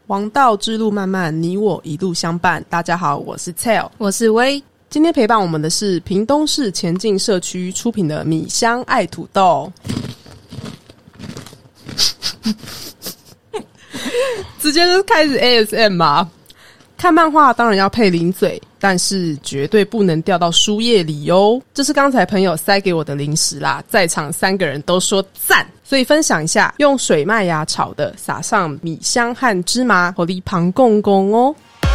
王道之路漫漫，你我一路相伴。大家好，我是 Tell， 我是薇。 今天陪伴我们的是屏东市前进社区出品的米香爱土豆。直接就开始 ASM 嘛。看漫画当然要配零嘴，但是绝对不能掉到书页里哦。这是刚才朋友塞给我的零食啦，在场3个人都说赞，所以分享一下，用水麦芽炒的，撒上米香和芝麻，火力旁公公哦。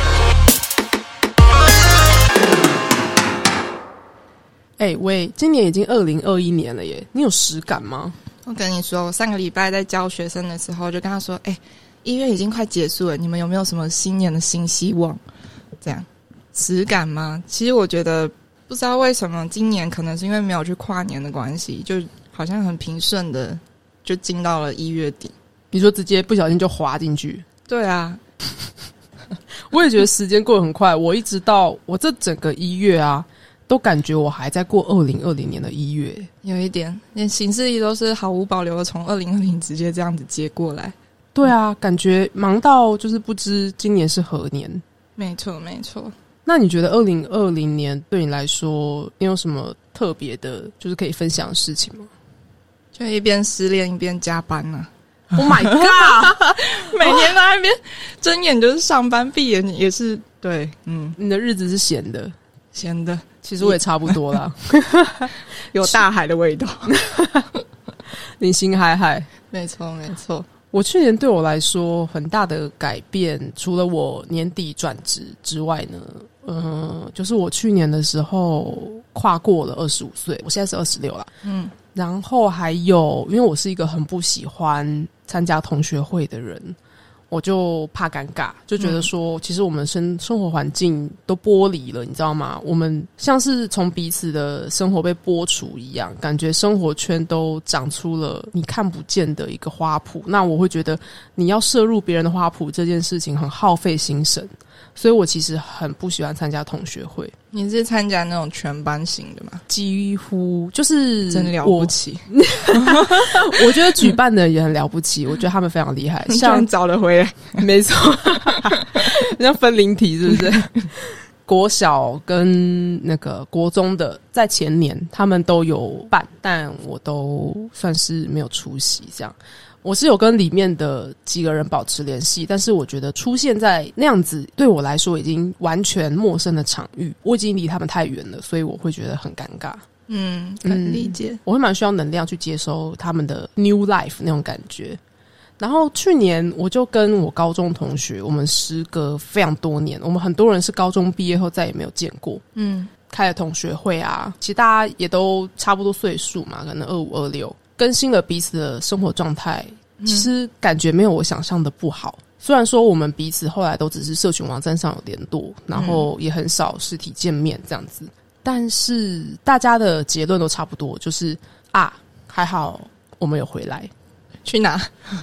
喂，今年已经2021年了耶，你有实感吗？ 我跟你说，我上个礼拜在教学生的时候，就跟他说，1月已经快结束了，你们有没有什么新年的新希望？这样实感吗？其实我觉得不知道为什么今年可能是因为没有去跨年的关系，就好像很平顺的就进到了1月底。 你说直接不小心就滑进去？ 对啊， 我也觉得时间过得很快，我一直到我这整个1月啊，都感觉我还在过2020年的1月。 有一点连行事历都是毫无保留的从2020直接这样子接过来。 对啊，感觉忙到就是不知今年是何年。 没错没错。 那你觉得2020年对你来说，你有什么特别的就是可以分享的事情吗？ 就一边失恋一边加班啊。 Oh my god 每年在那边睁眼就是上班，闭眼也是。对， 你的日子是闲的。 闲的， 其实我也差不多啦。 有大海的味道。 你心海海。 没错没错。 我去年对我来说很大的改变，除了我年底转职之外呢，就是我去年的时候跨过了25岁，我现在是26啦。然后还有，因为我是一个很不喜欢参加同学会的人，我就怕尴尬，就觉得说，其实我们生活环境都剥离了，你知道吗？我们像是从彼此的生活被剥除一样，感觉生活圈都长出了你看不见的一个花圃。那我会觉得，你要摄入别人的花圃这件事情很耗费心神，所以我其实很不喜欢参加同学会。 你是参加那种全班型的吗？ 几乎就是真了不起。 我觉得举办的人也很了不起，我觉得他们非常厉害。 像找得回来。 没错。像分灵体是不是？国小跟那个国中的在前年他们都有办，但我都算是没有出席这样。我是有跟里面的几个人保持联系，但是我觉得出现在那样子对我来说已经完全陌生的场域，我已经离他们太远了，所以我会觉得很尴尬。 很理解。 我会蛮需要能量去接收他们的 new life 那种感觉。然后去年我就跟我高中同学，我们时隔非常多年，我们很多人是高中毕业后再也没有见过。开了同学会啊，其实大家也都差不多岁数嘛，可能25、26。更新了彼此的生活状态，其实感觉没有我想象的不好。虽然说我们彼此后来都只是社群网站上有联络，然后也很少实体见面这样子，但是大家的结论都差不多，就是还好我们有回来。 去哪？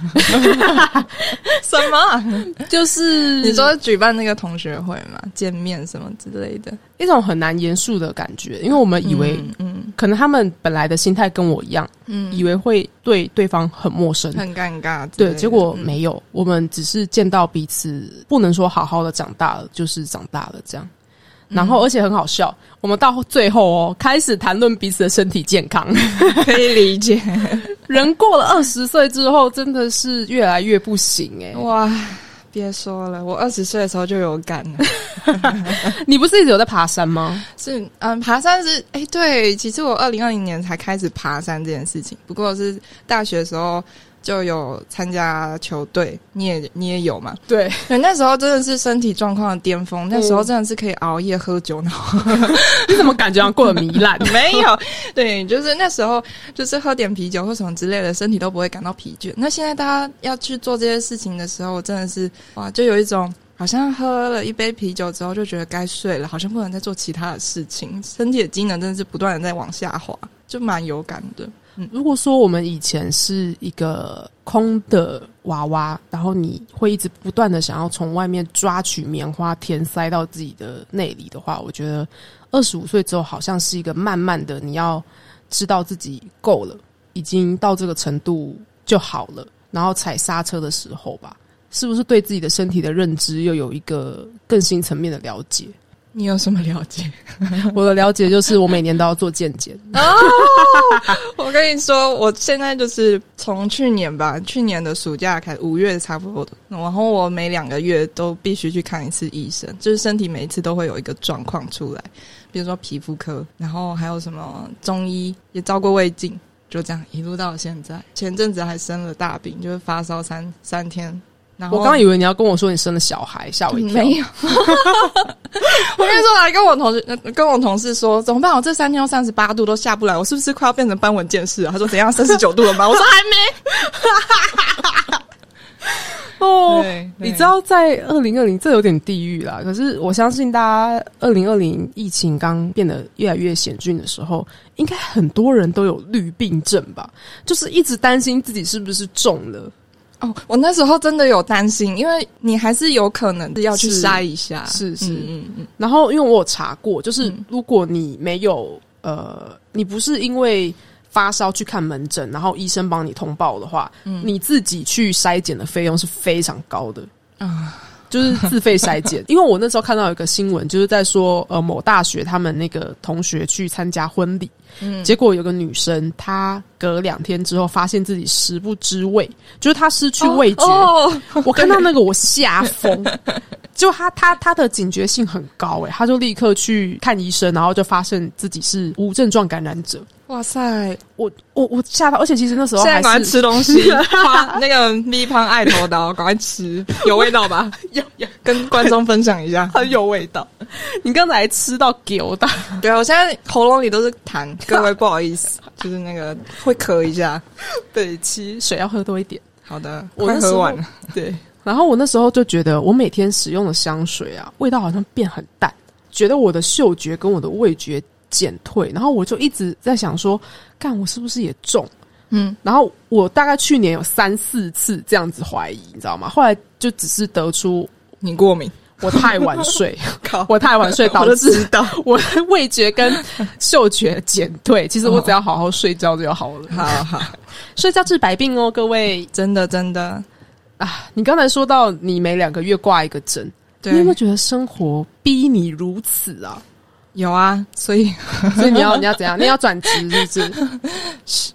什么？ 就是你说举办那个同学会嘛，见面什么之类的， 一种很难言述的感觉。因为我们以为，可能他们本来的心态跟我一样，以为会对对方很陌生、 很尴尬。 对，结果没有，我们只是见到彼此，不能说好好的长大了，就是长大了这样。然后而且很好笑，我们到最后开始谈论彼此的身体健康。 可以理解。 人过了20岁之后真的是越来越不行哇，别说了，我20岁的时候就有感了。 你不是一直有在爬山吗？ 是爬山是对，其实我2020年才开始爬山这件事情，不过是大学的时候就有参加球队，你也有嘛？对，那时候真的是身体状况的巅峰，那时候真的是可以熬夜喝酒，然后你怎么感觉过得糜烂？ 没有，对，就是那时候就是喝点啤酒或什么之类的，身体都不会感到疲倦。那现在大家要去做这些事情的时候，真的是哇，就有一种好像喝了一杯啤酒之后就觉得该睡了，好像不能再做其他的事情，身体的机能真的是不断的在往下滑，就蛮有感的。 如果说我们以前是一个空的娃娃，然后你会一直不断的想要从外面抓取棉花填塞到自己的内里的话，我觉得25岁之后好像是一个慢慢的你要知道自己够了，已经到这个程度就好了，然后踩刹车的时候吧。 是不是对自己的身体的认知又有一个更新层面的了解？ 你有什么了解？ 我的了解就是我每年都要做健检。 哦，我跟你说，我现在就是从去年的暑假开始，5月差不多的，然后我每2个月都必须去看一次医生，就是身体每一次都会有一个状况出来，比如说皮肤科，然后还有什么中医也照过胃镜，就这样一路到现在。前阵子还生了大病，就是发烧三天。 我刚刚以为你要跟我说你生了小孩，吓我一跳。 没有，我跟你说，来跟我同事说怎么办？我这3天都38度都下不来，我是不是快要变成斑纹见识了？他说怎样39度了吗？我说还没。 哦，你知道在2020这有点地狱啦，可是我相信大家2020疫情刚变得越来越险峻的时候，应该很多人都有虑病症吧，就是一直担心自己是不是中了。 哦，我那时候真的有担心，因为你还是有可能要去筛一下。 是。然后因为我有查过，就是如果你没有你不是因为发烧去看门诊，然后医生帮你通报的话，你自己去筛检的费用是非常高的啊。就是自费筛检，因为我那时候看到有一个新闻，就是在说某大学他们那个同学去参加婚礼，结果有个女生她隔2天之后发现自己食不知味，就是她失去味觉。我看到那个我吓疯，就她的警觉性很高她就立刻去看医生，然后就发现自己是无症状感染者。 哇塞！ 我吓到，而且其实那时候现在赶快吃东西，那个咪胖爱头刀，赶快吃，有味道吧？有，跟观众分享一下， 很有味道。你刚才吃到狗的， 对啊，我现在喉咙里都是痰，各位不好意思，就是那个会咳一下， 对，水要喝多一点。 好的，我快喝完了。 对，然后我那时候就觉得，我每天使用的香水啊，味道好像变很淡，觉得我的嗅觉跟我的味觉减退，然后我就一直在想说，干我是不是也中？然后我大概去年有3-4次这样子怀疑，你知道吗？后来就只是得出你过敏， 我太晚睡，我太晚睡导致我的味觉跟嗅觉减退。其实我只要好好睡觉就好了。 好， 睡觉治百病哦，各位， 真的啊！你刚才说到你每2个月挂一个针，你有没有觉得生活逼你如此啊？ 有啊，所以你要怎样？你要转职是不是？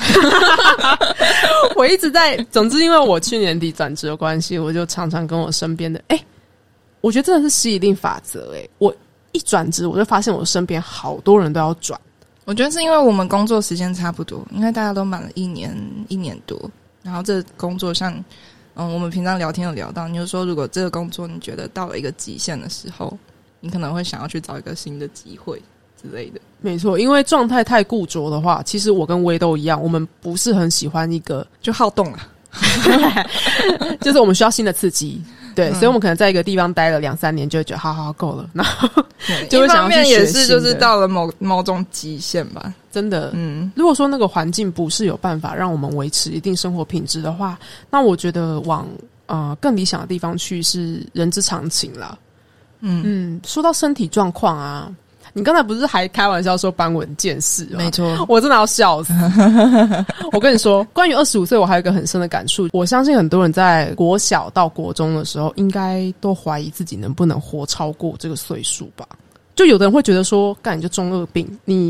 我一直在，总之因为我去年底转职的关系，我就常常跟我身边的我觉得真的是吸引力法则我一转职，我就发现我身边好多人都要转。 我觉得是因为我们工作时间差不多，因为大家都满了1年多，然后这工作像我们平常聊天有聊到，你就说如果这个工作你觉得到了一个极限的时候，你可能会想要去找一个新的机会之类的。 没错，因为状态太固着的话，其实我跟威都一样，我们不是很喜欢一个就好动啊就是我们需要新的刺激。对，所以我们可能在一个地方待了2-3年，就会觉得好够了，然后就会想要去学新的。一方面也是就是到了某种极限吧， 真的。如果说那个环境不是有办法让我们维持一定生活品质的话，那我觉得往更理想的地方去是人之常情啦。说到身体状况啊，你刚才不是还开玩笑说斑纹见识吗？ 没错， 我真的要笑死。我跟你说，关于25岁，我还有一个很深的感触。我相信很多人在国小到国中的时候，应该都怀疑自己能不能活超过这个岁数吧。就有的人会觉得说，干你就中二病，你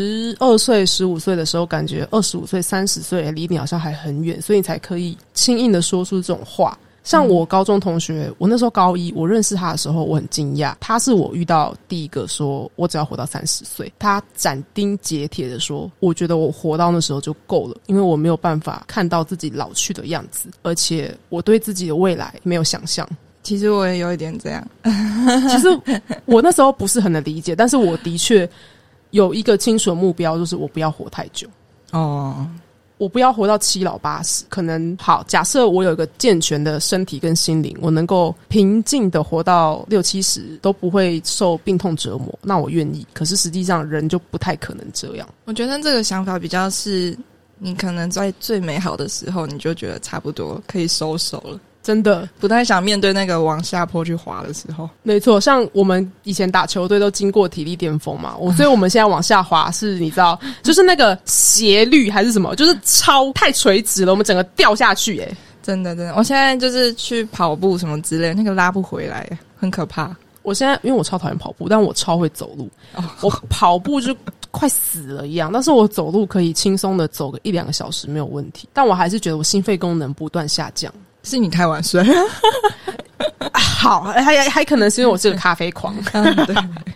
12岁、15岁的时候，感觉25岁、30岁离你好像还很远，所以你才可以轻易的说出这种话。像我高中同学，我那时候高1，我认识他的时候，我很惊讶，他是我遇到第一个说我只要活到30岁，他斩钉截铁的说，我觉得我活到那时候就够了，因为我没有办法看到自己老去的样子，而且我对自己的未来没有想象。 其实我也有一点这样其实我那时候不是很能理解，但是我的确有一个清楚的目标，就是我不要活太久我不要活到7老80，可能好。假设我有一个健全的身体跟心灵，我能够平静的活到60-70都不会受病痛折磨，那我愿意。可是实际上人就不太可能这样。 我觉得这个想法比较是，你可能在最美好的时候，你就觉得差不多可以收手了。 真的不太想面对那个往下坡去滑的时候。 没错，像我们以前打球队都经过体力巅峰嘛，所以我们现在往下滑是你知道就是那个斜率还是什么，就是太垂直了，我们整个掉下去真的真的，我现在就是去跑步什么之类的，那个拉不回来，很可怕。 我现在因为我超讨厌跑步，但我超会走路。我跑步就快死了一样，但是我走路可以轻松的走个1-2个小时没有问题。但我还是觉得我心肺功能不断下降。 是你太晚睡好，还可能是因为我是个咖啡狂。 对，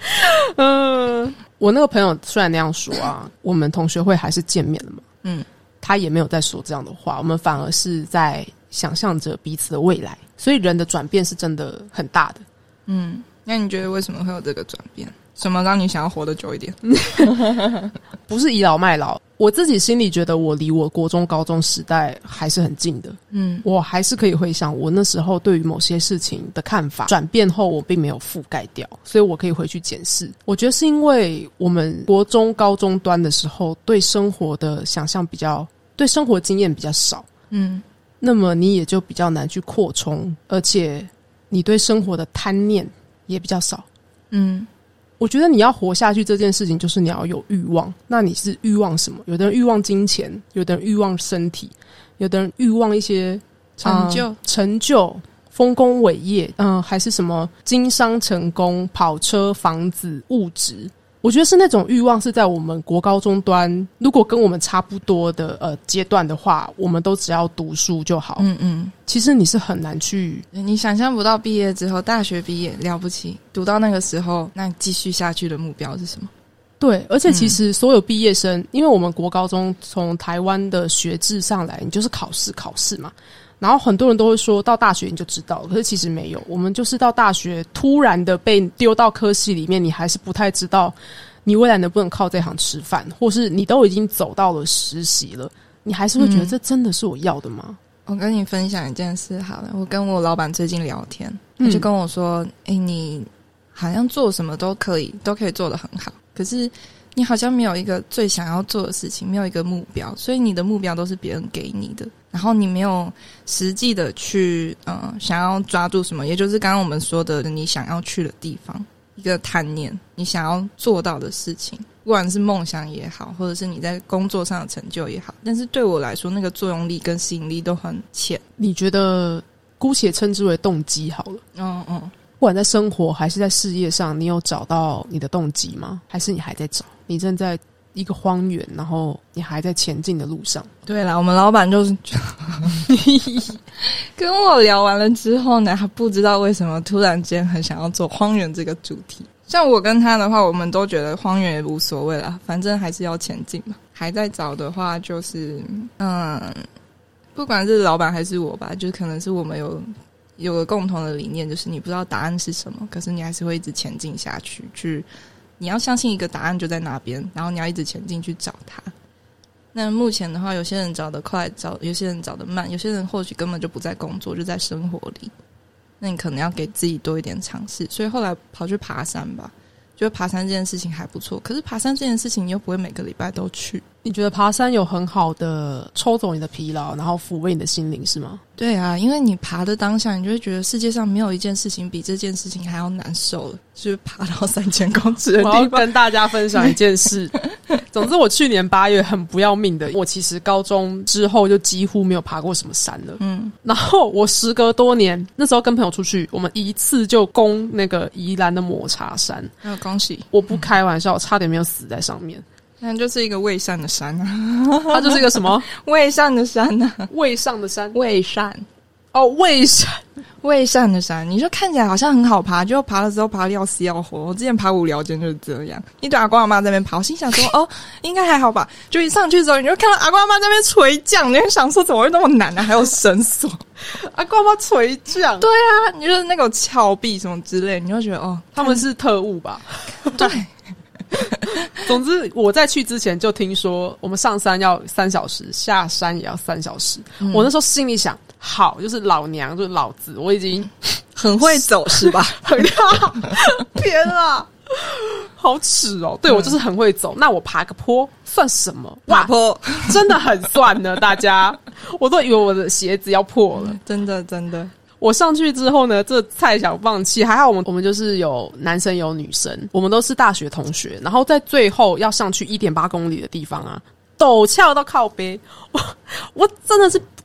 我那个朋友虽然那样说啊，我们同学会还是见面了嘛。他也没有在说这样的话，我们反而是在想象着彼此的未来。所以人的转变是真的很大的。 那你觉得为什么会有这个转变？什么让你想要活得久一点？ 不是倚老卖老，我自己心里觉得我离我国中高中时代还是很近的。我还是可以回想我那时候对于某些事情的看法，转变后我并没有覆盖掉，所以我可以回去检视。我觉得是因为我们国中高中端的时候对生活的想象比较，对生活经验比较少。那么你也就比较难去扩充，而且你对生活的贪念也比较少。我觉得你要活下去这件事情，就是你要有欲望。那你是欲望什么？有的人欲望金钱，有的人欲望身体，有的人欲望一些成就、丰功伟业，还是什么经商成功、跑车、房子、物质。我觉得是那种欲望是在我们国高中端，如果跟我们差不多的阶段的话，我们都只要读书就好。其实你是很难去， 你想象不到毕业之后，大学毕业了不起，读到那个时候，那继续下去的目标是什么？ 对，而且其实所有毕业生，因为我们国高中从台湾的学制上来，你就是考试嘛。然后很多人都会说到大学你就知道了，可是其实没有，我们就是到大学突然的被丢到科系里面，你还是不太知道你未来能不能靠这行吃饭，或是你都已经走到了实习了，你还是会觉得这真的是我要的吗？ 我跟你分享一件事好了，我跟我老板最近聊天，他就跟我说你好像做什么都可以做得很好，可是你好像没有一个最想要做的事情，没有一个目标，所以你的目标都是别人给你的，然后你没有实际的去想要抓住什么，也就是刚刚我们说的你想要去的地方，一个贪念，你想要做到的事情，不管是梦想也好，或者是你在工作上的成就也好，但是对我来说那个作用力跟吸引力都很浅。你觉得姑且称之为动机好了。不管在生活还是在事业上，你有找到你的动机吗？还是你还在找？你正在一个荒原，然后你还在前进的路上。对啦，我们老板就是跟我聊完了之后呢，他不知道为什么突然间很想要做荒原这个主题。像我跟他的话，我们都觉得荒原也无所谓啦，反正还是要前进嘛。还在找的话，就是不管是老板还是我吧，就可能是我们有个共同的理念，就是你不知道答案是什么，可是你还是会一直前进下去，你要相信一个答案就在那边，然后你要一直前进去找它。那目前的话，有些人找得快，有些人找得慢，有些人或许根本就不在工作，就在生活里。那你可能要给自己多一点尝试，所以后来跑去爬山吧，觉得爬山这件事情还不错。可是爬山这件事情你又不会每个礼拜都去。你觉得爬山有很好的抽走你的疲劳，然后抚慰你的心灵是吗？对啊，因为你爬的当下，你就会觉得世界上没有一件事情比这件事情还要难受了，就是爬到3000公尺的地方。我要跟大家分享一件事。总之我去年8月很不要命的，我其实高中之后就几乎没有爬过什么山了。然后我时隔多年，那时候跟朋友出去，我们一次就攻那个宜兰的抹茶山。恭喜！我不开玩笑，我差点没有死在上面。那就是一个未上的山啊，它就是一个什么未上的山啊？未上的山，未上哦，未上的山，你说看起来好像很好爬，就爬了之后爬得要死要活。我之前爬无聊间就是这样，一堆阿公阿嬷在那边爬，我心想说哦，应该还好吧。就一上去之后，你就看到阿公阿嬷在那边垂降，你就想说怎么会那么难啊？还有绳索，阿公阿嬷垂降，对啊，你就是那个峭壁什么之类，你就觉得哦，他们是特务吧？对。总之我在去之前就听说我们上山要3小时，下山也要3小时。我那时候心里想，好，就是老娘就是老子，我已经很会走是吧？天啊，好耻哦！对，我就是很会走。那我爬个坡算什么？爬坡真的很算呢，大家，我都以为我的鞋子要破了，真的。我上去之后呢，这太想放弃，还好我们就是有男生有女生，我们都是大学同学，然后在最后要上去1.8公里的地方啊，陡峭到靠背，我真的是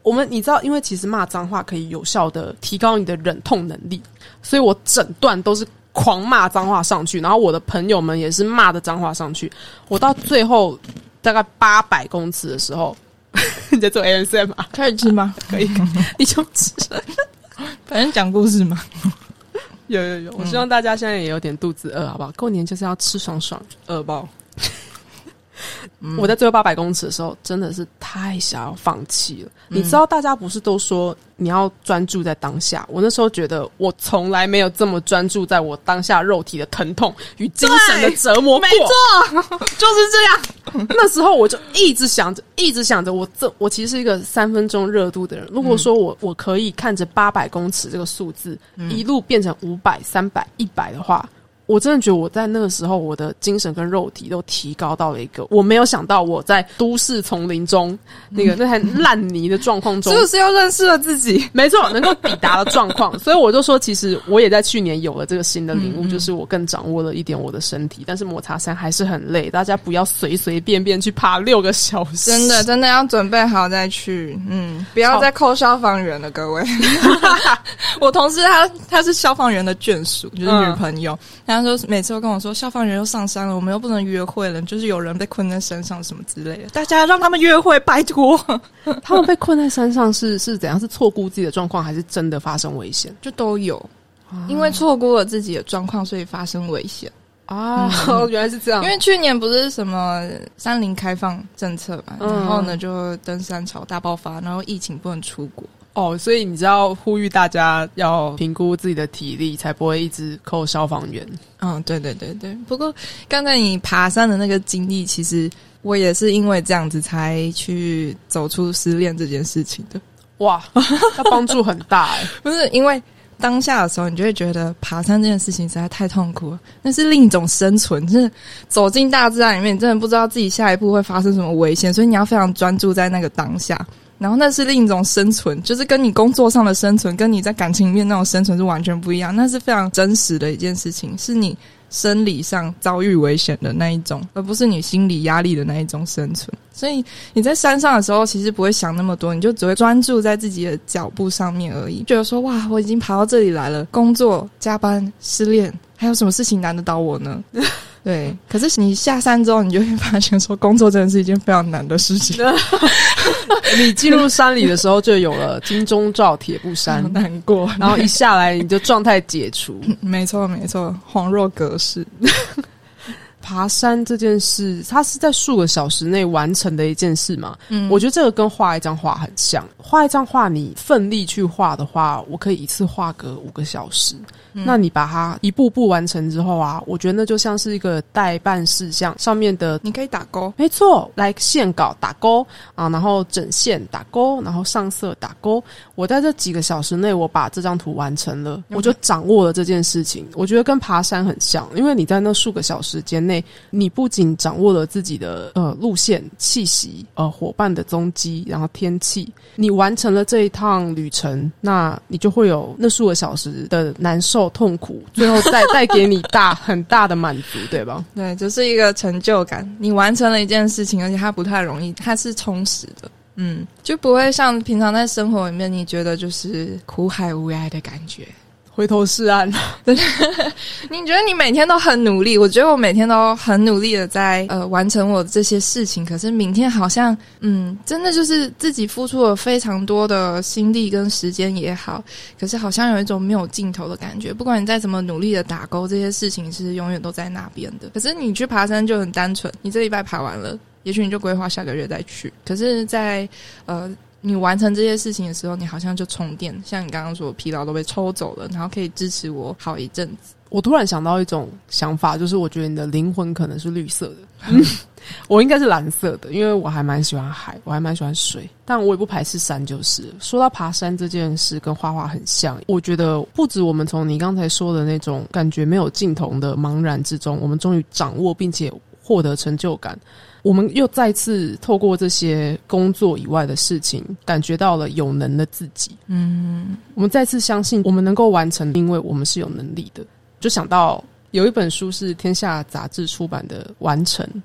我们你知道，因为其实骂脏话可以有效的提高你的忍痛能力，所以我整段都是狂骂脏话上去，然后我的朋友们也是骂的脏话上去。我到最后大概800公尺的时候，你在做 ASMR 吗？ 可以吃吗？ 可以，你就吃。 反正讲故事嘛。 有，我希望大家现在也有点肚子饿，好不好？过年就是要吃爽爽， 饿爆。 我在最后800公尺的时候，真的是太想要放弃了。你知道，大家不是都说你要专注在当下？我那时候觉得，我从来没有这么专注在我当下肉体的疼痛与精神的折磨过。 没错，就是这样。 那时候我就一直想着，我其实是一个3分钟热度的人。如果说我可以看着800公尺这个数字，一路变成500、300、100的话。我真的觉得我在那个时候，我的精神跟肉体都提高到了一个我没有想到我在都市丛林中那台烂泥的状况中， 是不是又认识了自己？ 没错，能够抵达的状况。所以我就说，其实我也在去年有了这个新的领悟，就是我更掌握了一点我的身体。但是抹茶山还是很累，大家不要随随便便去爬6个小时， 真的要准备好再去。不要再扣消防员了，各位。我同事他是消防员的眷属，就是女朋友。他说每次都跟我说，消防员又上山了，我们又不能约会了，就是有人被困在山上什么之类的，大家让他们约会，拜托。 他们被困在山上是怎样？是错估自己的状况，还是真的发生危险？ 就都有，因为错估了自己的状况，所以发生危险啊。原来是这样。 因为去年不是什么山林开放政策嘛，然后呢就登山潮大爆发，然后疫情不能出国。 所以你知道呼吁大家要评估自己的体力，才不会一直扣消防员。 对。不过刚才你爬山的那个经历，其实我也是因为这样子才去走出失恋这件事情的。 哇，它帮助很大欸。 不是因为当下的时候，你就会觉得爬山这件事情实在太痛苦了，那是另一种生存，就是走进大自然里面，你真的不知道自己下一步会发生什么危险，所以你要非常专注在那个当下。然后那是另一种生存，就是跟你工作上的生存，跟你在感情里面那种生存是完全不一样，那是非常真实的一件事情，是你生理上遭遇危险的那一种，而不是你心理压力的那一种生存。所以你在山上的时候其实不会想那么多，你就只会专注在自己的脚步上面而已，觉得说哇，我已经爬到这里来了，工作、加班、失恋，还有什么事情难得倒我呢？对，可是你下山之后，你就会发现说，工作真的是一件非常难的事情。 你进入山里的时候，就有了金钟罩铁布衫， 好难过。 然后一下来，你就状态解除。 没错，恍若隔世。 爬山这件事，它是在数个小时内完成的一件事嘛？我觉得这个跟画一张画很像。画一张画，你奋力去画的话，我可以一次画个5个小时。那你把它一步步完成之后啊，我觉得那就像是一个待办事项上面的， 你可以打勾。 没错，来线稿打勾啊，然后整线打勾，然后上色打勾。我在这几个小时内，我把这张图完成了，我就掌握了这件事情。我觉得跟爬山很像，因为你在那数个小时间内，你不仅掌握了自己的路线、气息、伙伴的踪迹，然后天气，你完成了这一趟旅程，那你就会有那数个小时的难受、痛苦，最后带给你很大的满足，对吧？ 对，就是一个成就感。你完成了一件事情，而且它不太容易，它是充实的。就不会像平常在生活里面，你觉得就是苦海无涯的感觉。 回头是岸。 你觉得你每天都很努力，我觉得我每天都很努力的在完成我这些事情，可是明天好像真的就是自己付出了非常多的心力跟时间也好，可是好像有一种没有尽头的感觉。不管你再怎么努力的打勾，这些事情是永远都在那边的。可是你去爬山就很单纯，你这礼拜爬完了，也许你就规划下个月再去。可是在你完成这些事情的时候，你好像就充电，像你刚刚说疲劳都被抽走了，然后可以支持我好一阵子。 我突然想到一种想法，就是我觉得你的灵魂可能是绿色的，我应该是蓝色的，因为我还蛮喜欢海，我还蛮喜欢水，但我也不排斥山就是了。说到爬山这件事跟画画很像，我觉得不止我们从你刚才说的那种感觉没有尽头的茫然之中，我们终于掌握并且获得成就感，我们又再次透过这些工作以外的事情，感觉到了有能的自己。我们再次相信我们能够完成，因为我们是有能力的。就想到有一本书是天下杂志出版的《完成》，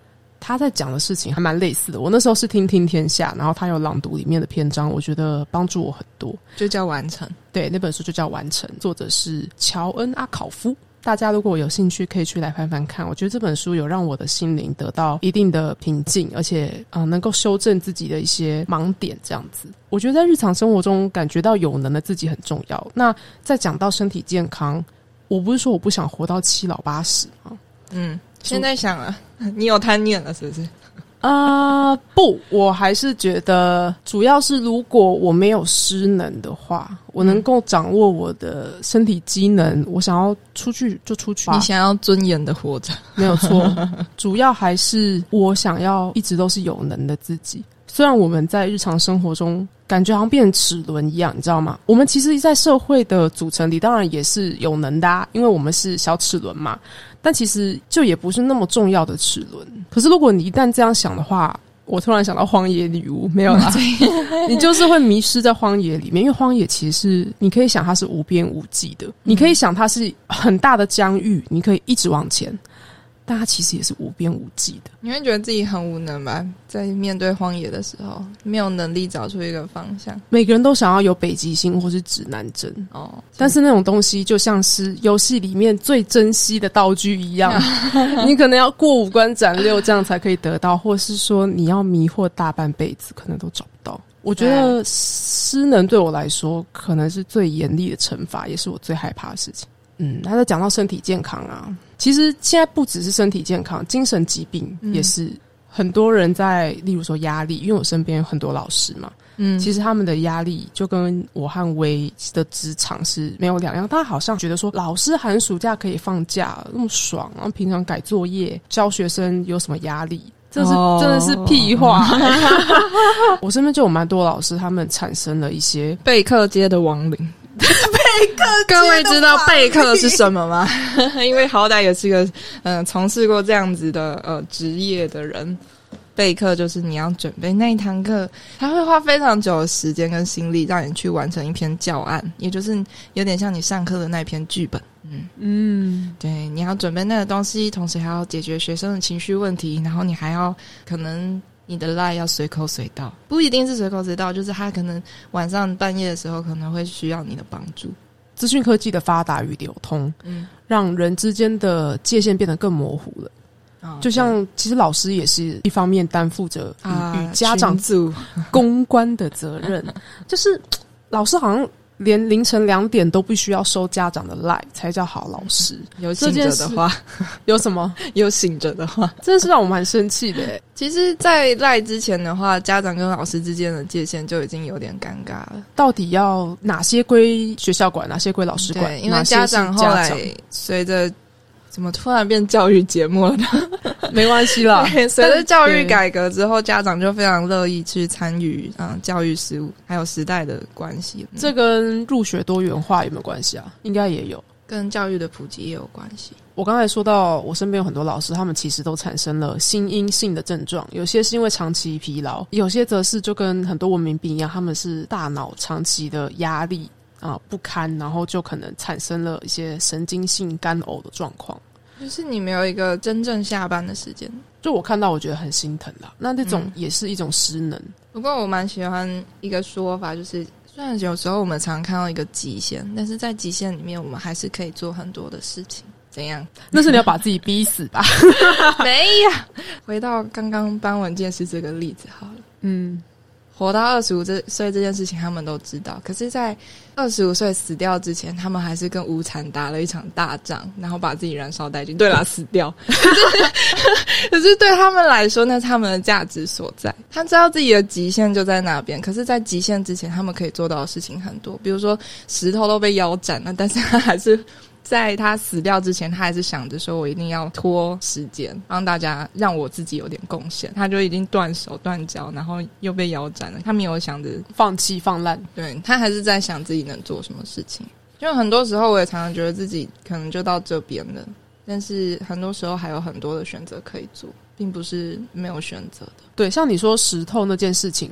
他在讲的事情还蛮类似的。我那时候是听天下，然后他有朗读里面的篇章，我觉得帮助我很多， 就叫完成。 对，那本书就叫完成，作者是乔恩·阿考夫。大家如果有兴趣可以去来翻翻看，我觉得这本书有让我的心灵得到一定的平静，而且能够修正自己的一些盲点这样子。我觉得在日常生活中感觉到有能的自己很重要。那在讲到身体健康，我不是说我不想活到七老八十吗？ 现在想了，你有贪念了是不是？ 不，我还是觉得主要是如果我没有失能的话，我能够掌握我的身体机能，我想要出去就出去， 你想要尊严的活着， 没有错。主要还是我想要一直都是有能的自己。虽然我们在日常生活中感觉好像变成齿轮一样，你知道吗？我们其实在社会的组成里当然也是有能的啊，因为我们是小齿轮嘛，但其实就也不是那么重要的齿轮。可是如果你一旦这样想的话，我突然想到荒野女巫，没有啦你就是会迷失在荒野里面，因为荒野其实是你可以想它是无边无际的，你可以想它是很大的疆域，你可以一直往前，但它其实也是无边无际的。 你会觉得自己很无能吧？在面对荒野的时候，没有能力找出一个方向。 每个人都想要有北极星或是指南针但是那种东西就像是游戏里面最珍惜的道具一样你可能要过五关斩六这样才可以得到，或是说你要迷惑大半辈子可能都找不到。我觉得失能对我来说可能是最严厉的惩罚，也是我最害怕的事情。他在讲到身体健康啊，其实现在不只是身体健康，精神疾病也是很多人在，例如说压力，因为我身边有很多老师嘛，其实他们的压力就跟我和薇的职场是没有两样。他好像觉得说老师寒暑假可以放假那么爽，然后平常改作业教学生有什么压力，这是真的是屁话我身边就有蛮多老师，他们产生了一些贝克街的亡灵各位知道贝克是什么吗？因为好歹也是个从事过这样子的职业的人。备课就是你要准备那一堂课，他会花非常久的时间跟心力让你去完成一篇教案，也就是有点像你上课的那篇剧本。对，你要准备那个东西，同时还要解决学生的情绪问题，然后你还要可能你的 LINE 要随口随到，不一定是随口随到，就是他可能晚上半夜的时候可能会需要你的帮助。 资讯科技的发达与流通，让人之间的界限变得更模糊了。就像其实老师也是一方面担负着与家长公关的责任，就是老师好像连凌晨2点都必须要收家长的 LINE 才叫好老师。 有醒着的话有什么？ 有醒着的话真的是让我蛮生气的耶。 其实在 LINE 之前的话，家长跟老师之间的界限就已经有点尴尬了， 到底要哪些归学校管，哪些归老师管？ 对，因为家长后来随着怎么突然变教育节目了呢？ 没关系啦随着教育改革之后，家长就非常乐意去参与教育事务，还有时代的关系。 这跟入学多元化有没有关系啊？应该也有， 跟教育的普及也有关系。 我刚才说到我身边有很多老师，他们其实都产生了心因性的症状，有些是因为长期疲劳，有些则是就跟很多文明病一样，他们是大脑长期的压力不堪，然后就可能产生了一些神经性干呕的状况， 就是你没有一个真正下班的时间。 就我看到我觉得很心疼啦，那种也是一种失能。 不过我蛮喜欢一个说法，就是虽然有时候我们常看到一个极限，但是在极限里面我们还是可以做很多的事情。怎样？ 那是你要把自己逼死吧没有，回到刚刚搬文件室这个例子好了。活到25岁这件事情他们都知道，可是在25岁死掉之前，他们还是跟无产打了一场大仗，然后把自己燃烧殆尽。对啦，死掉可是对他们来说那是他们的价值所在，他知道自己的极限就在那边，可是在极限之前他们可以做到的事情很多，比如说石头都被腰斩了，但是他还是在他死掉之前，他还是想着说我一定要拖时间让大家让我自己有点贡献，他就已经断手断脚，然后又被腰斩了，他没有想着放弃放烂， 对，他还是在想自己能做什么事情。就很多时候我也常常觉得自己可能就到这边了，但是很多时候还有很多的选择可以做，并不是没有选择的。 对，像你说石头那件事情啊，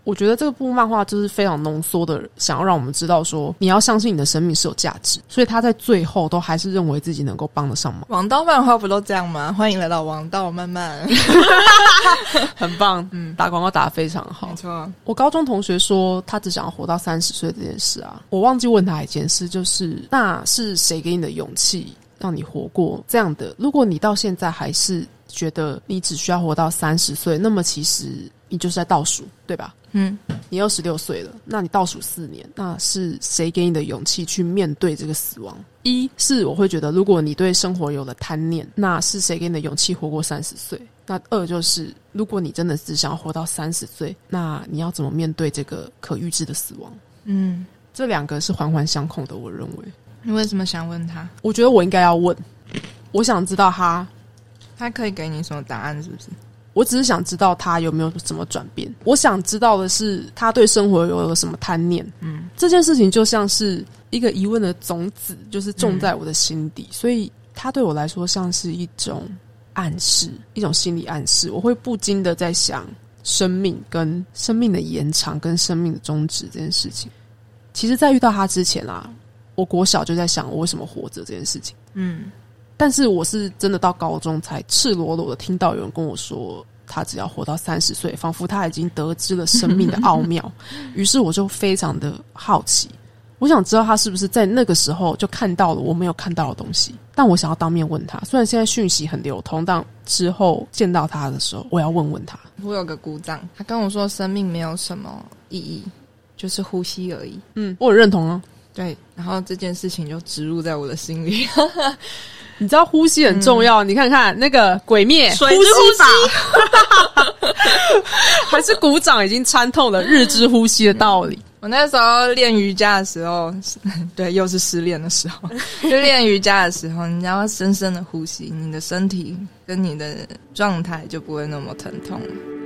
我觉得这部漫画就是非常浓缩的，想要让我们知道说，你要相信你的生命是有价值，所以他在最后都还是认为自己能够帮得上忙。 王道漫画不都这样吗？欢迎来到王道漫漫， 很棒，打广告打得非常好， 没错。 我高中同学说他只想要活到30岁这件事啊，我忘记问他一件事，就是那是谁给你的勇气让你活过这样的？如果你到现在还是觉得你只需要活到30岁，那么其实你就是在倒数，对吧？你26岁了，那你倒数4年，那是谁给你的勇气去面对这个死亡？一是我会觉得，如果你对生活有了贪念，那是谁给你的勇气活过30岁？那二就是，如果你真的只想要活到30岁，那你要怎么面对这个可预知的死亡？这两个是环环相扣的，我认为。 你为什么想问他？ 我觉得我应该要问，我想知道他可以给你什么答案，是不是？ 我只是想知道他有没有什么转变。我想知道的是他对生活有了什么贪念。这件事情就像是一个疑问的种子，就是种在我的心底，所以他对我来说像是一种暗示，一种心理暗示。我会不禁的在想生命跟生命的延长跟生命的终止这件事情。其实在遇到他之前啊，我国小就在想我为什么活着这件事情。但是我是真的到高中才赤裸裸的听到有人跟我说他只要活到30岁，仿佛他已经得知了生命的奥妙。于是我就非常的好奇，我想知道他是不是在那个时候就看到了我没有看到的东西，但我想要当面问他。虽然现在讯息很流通，但之后见到他的时候我要问他。 我有个鼓掌，他跟我说生命没有什么意义，就是呼吸而已。 我很认同啊。 对，然后这件事情就植入在我的心里。 你知道呼吸很重要，你看看那个鬼灭水之呼吸还是鼓掌已经参透了日之呼吸的道理。 我那时候练瑜伽的时候，对，又是失恋的时候，就练瑜伽的时候，你要深深的呼吸，你的身体跟你的状态就不会那么疼痛了。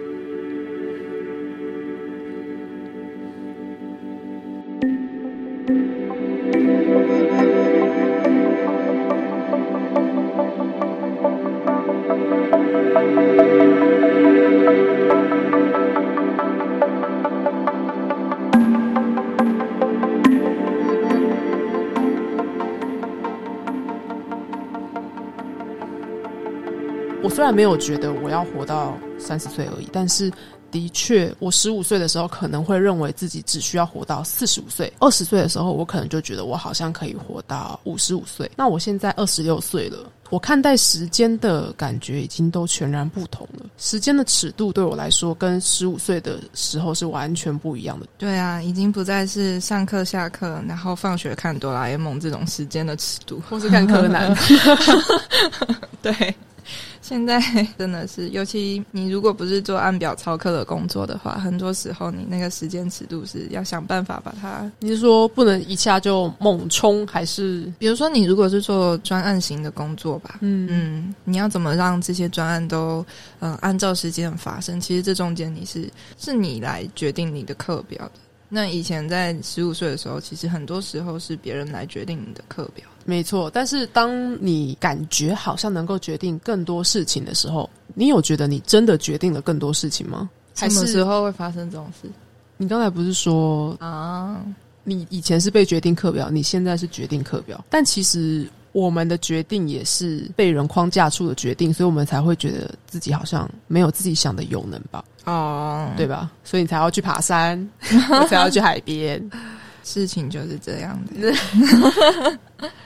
我虽然没有觉得我要活到30岁而已，但是的确我15岁的时候可能会认为自己只需要活到45岁，20岁的时候我可能就觉得我好像可以活到55岁。那我现在26岁了，我看待时间的感觉已经都全然不同了。时间的尺度对我来说跟15岁的时候是完全不一样的。 对啊，已经不再是上课下课然后放学看哆啦 A 梦这种时间的尺度， 或是看柯南。 对，现在真的是，尤其你如果不是做按表操课的工作的话，很多时候你那个时间尺度是要想办法把它。 你是说不能一下就猛冲，还是比如说你如果是做专案型的工作吧，你要怎么让这些专案都按照时间发生？其实这中间是你来决定你的课表的。那以前在15岁的时候，其实很多时候是别人来决定你的课表。 没错，但是当你感觉好像能够决定更多事情的时候，你有觉得你真的决定了更多事情吗？ 什么时候会发生这种事？ 你刚才不是说你以前是被决定课表，你现在是决定课表，但其实我们的决定也是被人框架出的决定，所以我们才会觉得自己好像没有自己想的有能吧？对吧？所以你才要去爬山，你才要去海边。 事情就是这样的。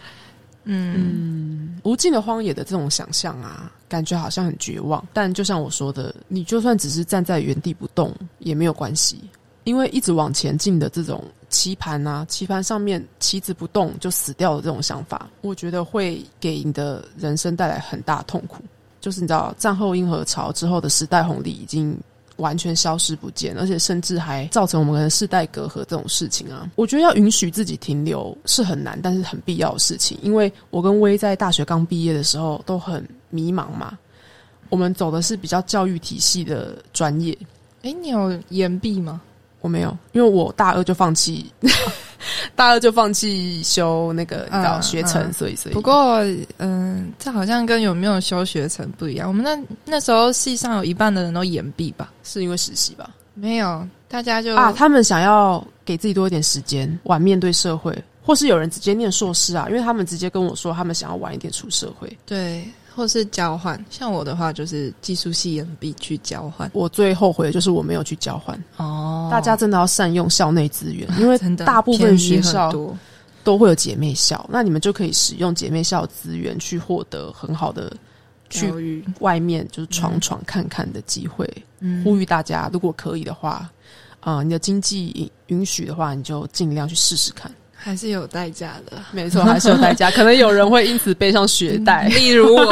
无尽的荒野的这种想象啊，感觉好像很绝望。但就像我说的，你就算只是站在原地不动也没有关系，因为一直往前进的这种棋盘上面棋子不动就死掉的这种想法，我觉得会给你的人生带来很大痛苦。就是你知道，战后婴儿潮之后的时代红利已经完全消失不见，而且甚至还造成我们可能世代隔阂这种事情啊。我觉得要允许自己停留是很难，但是很必要的事情。因为我跟薇在大学刚毕业的时候都很迷茫嘛，我们走的是比较教育体系的专业。 你有延毕吗？ 我没有，因为我大二就放弃修那个学程，所以不过这好像跟有没有修学程不一样。我们那时候系上有一半的人都延毕吧？ 是因为实习吧？ 没有，大家就他们想要给自己多一点时间晚面对社会，或是有人直接念硕士因为他们直接跟我说他们想要晚一点出社会。 对，或是交换，像我的话就是技术系 MB 去交换。 我最后悔的就是我没有去交换。大家真的要善用校内资源，因为大部分学校都会有姐妹校，那你们就可以使用姐妹校资源去获得很好的去外面就是闯闯看看的机会。呼吁大家如果可以的话你的经济允许的话，你就尽量去试试看。 还是有代价的， 没错，还是有代价。可能有人会因此背上学贷， 例如我，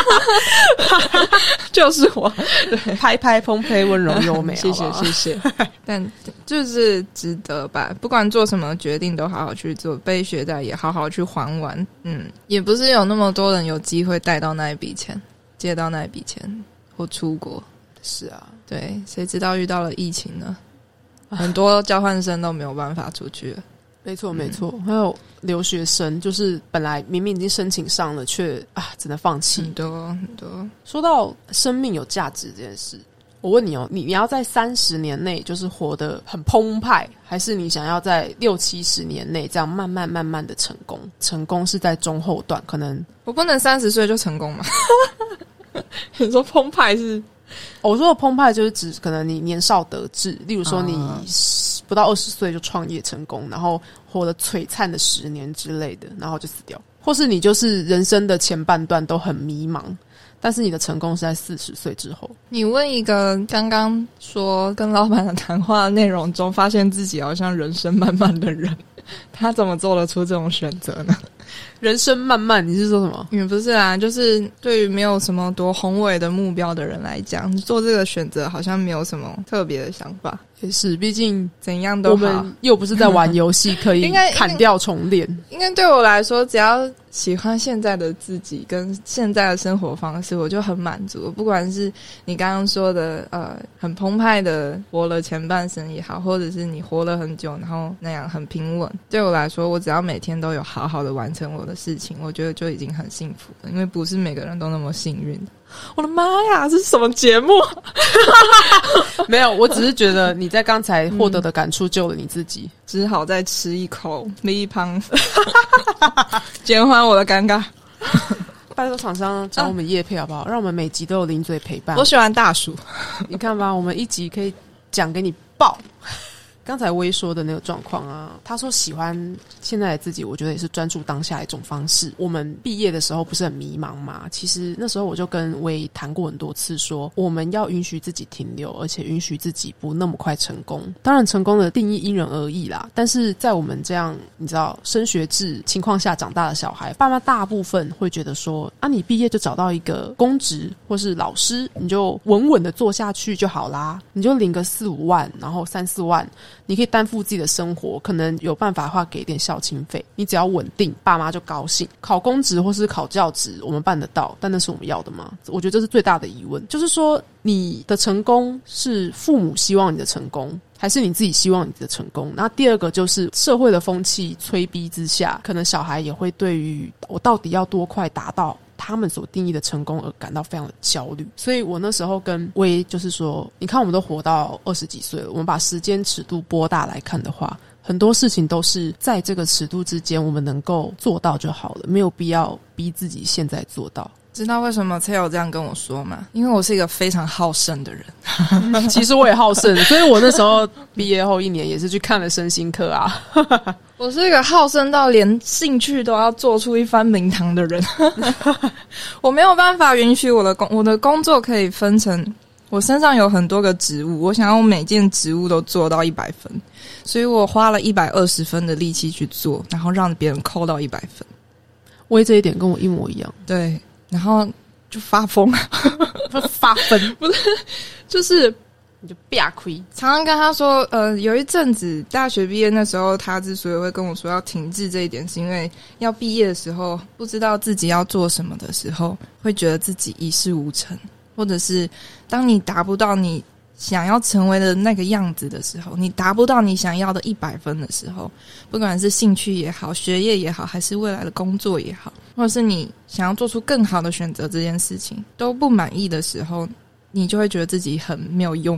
就是我， 对，拍拍蓬佩温柔优美， 谢谢谢谢。但就是值得吧，不管做什么决定都好好去做，背学贷也好好去还完。也不是有那么多人有机会贷到那一笔钱，借到那一笔钱或出国。 是啊， 对，谁知道遇到了疫情呢？很多交换生都没有办法出去了。 没错没错，还有留学生，就是本来明明已经申请上了，却只能放弃。 很多很多。 说到生命有价值这件事，我问你你要在30年内就是活得很澎湃，还是你想要在60-70年内这样慢慢慢慢的成功？成功是在中后段，可能我不能30岁就成功吗？你说澎湃是？ 我说的澎湃就是指可能你年少得志，例如说你不到20岁就创业成功，然后活得璀璨的10年之类的，然后就死掉。或是你就是人生的前半段都很迷茫，但是你的成功是在40岁之后。 你问一个刚刚说跟老板的谈话内容中发现自己好像人生漫漫的人，他怎么做得出这种选择呢？ 人生漫漫，你是说什么？ 不是啊，就是对于没有什么多宏伟的目标的人来讲，做这个选择好像没有什么特别的想法。 也是，毕竟怎样都好， 我们又不是在玩游戏，可以砍掉重练。 应该对我来说，只要喜欢现在的自己跟现在的生活方式，我就很满足。不管是你刚刚说的很澎湃的活了前半生也好，或者是你活了很久然后那样很平稳，对我来说，我只要每天都有好好的完成我的事情，我觉得就已经很幸福了。因为不是每个人都那么幸运。我的妈呀，这是什么节目？ 没有，我只是觉得你在刚才获得的感触救了你自己， 只好再吃一口米汤，减缓我的尴尬。 拜托厂商找我们业配好不好？让我们每集都有零嘴陪伴。 我喜欢大薯， 你看吧，我们一集可以讲给你爆。刚才微说的那个状况他说喜欢现在的自己，我觉得也是专注当下的一种方式。我们毕业的时候不是很迷茫嘛？其实那时候我就跟微谈过很多次说，我们要允许自己停留，而且允许自己不那么快成功。当然成功的定义因人而异啦，但是在我们这样你知道升学制情况下长大的小孩，爸妈大部分会觉得说你毕业就找到一个公职或是老师，你就稳稳的做下去就好啦，你就领个4-5万，然后3-4万，你可以担负自己的生活，可能有办法的话给点孝亲费，你只要稳定，爸妈就高兴。考公职或是考教职我们办得到，但那是我们要的吗？我觉得这是最大的疑问，就是说你的成功是父母希望你的成功，还是你自己希望你的成功？那第二个就是社会的风气催逼之下，可能小孩也会对于我到底要多快达到他们所定义的成功而感到非常的焦虑。所以我那时候跟威就是说，你看我们都活到20几岁了，我们把时间尺度拨大来看的话，很多事情都是在这个尺度之间我们能够做到就好了，没有必要逼自己现在做到。 知道为什么蔡友这样跟我说吗？因为我是一个非常好胜的人。 其实我也好胜，所以我那时候毕业后1年也是去看了身心课啊。 我是一个好胜到连兴趣都要做出一番名堂的人。我没有办法允许我的工作可以分成，我身上有很多个职务，我想要每件职务都做到100分，所以我花了120分的力气去做，然后让别人扣到100分。 为这一点跟我一模一样。 对，然后就发疯。 发疯不是，就是你就啪亏。 常常跟他说有一阵子大学毕业那时候，他之所以会跟我说要停滞这一点，是因为要毕业的时候不知道自己要做什么的时候，会觉得自己一事无成，或者是当你达不到你想要成为的那个样子的时候，你达不到你想要的100分的时候，不管是兴趣也好，学业也好，还是未来的工作也好，或者是你想要做出更好的选择，这件事情都不满意的时候，你就会觉得自己很没有用，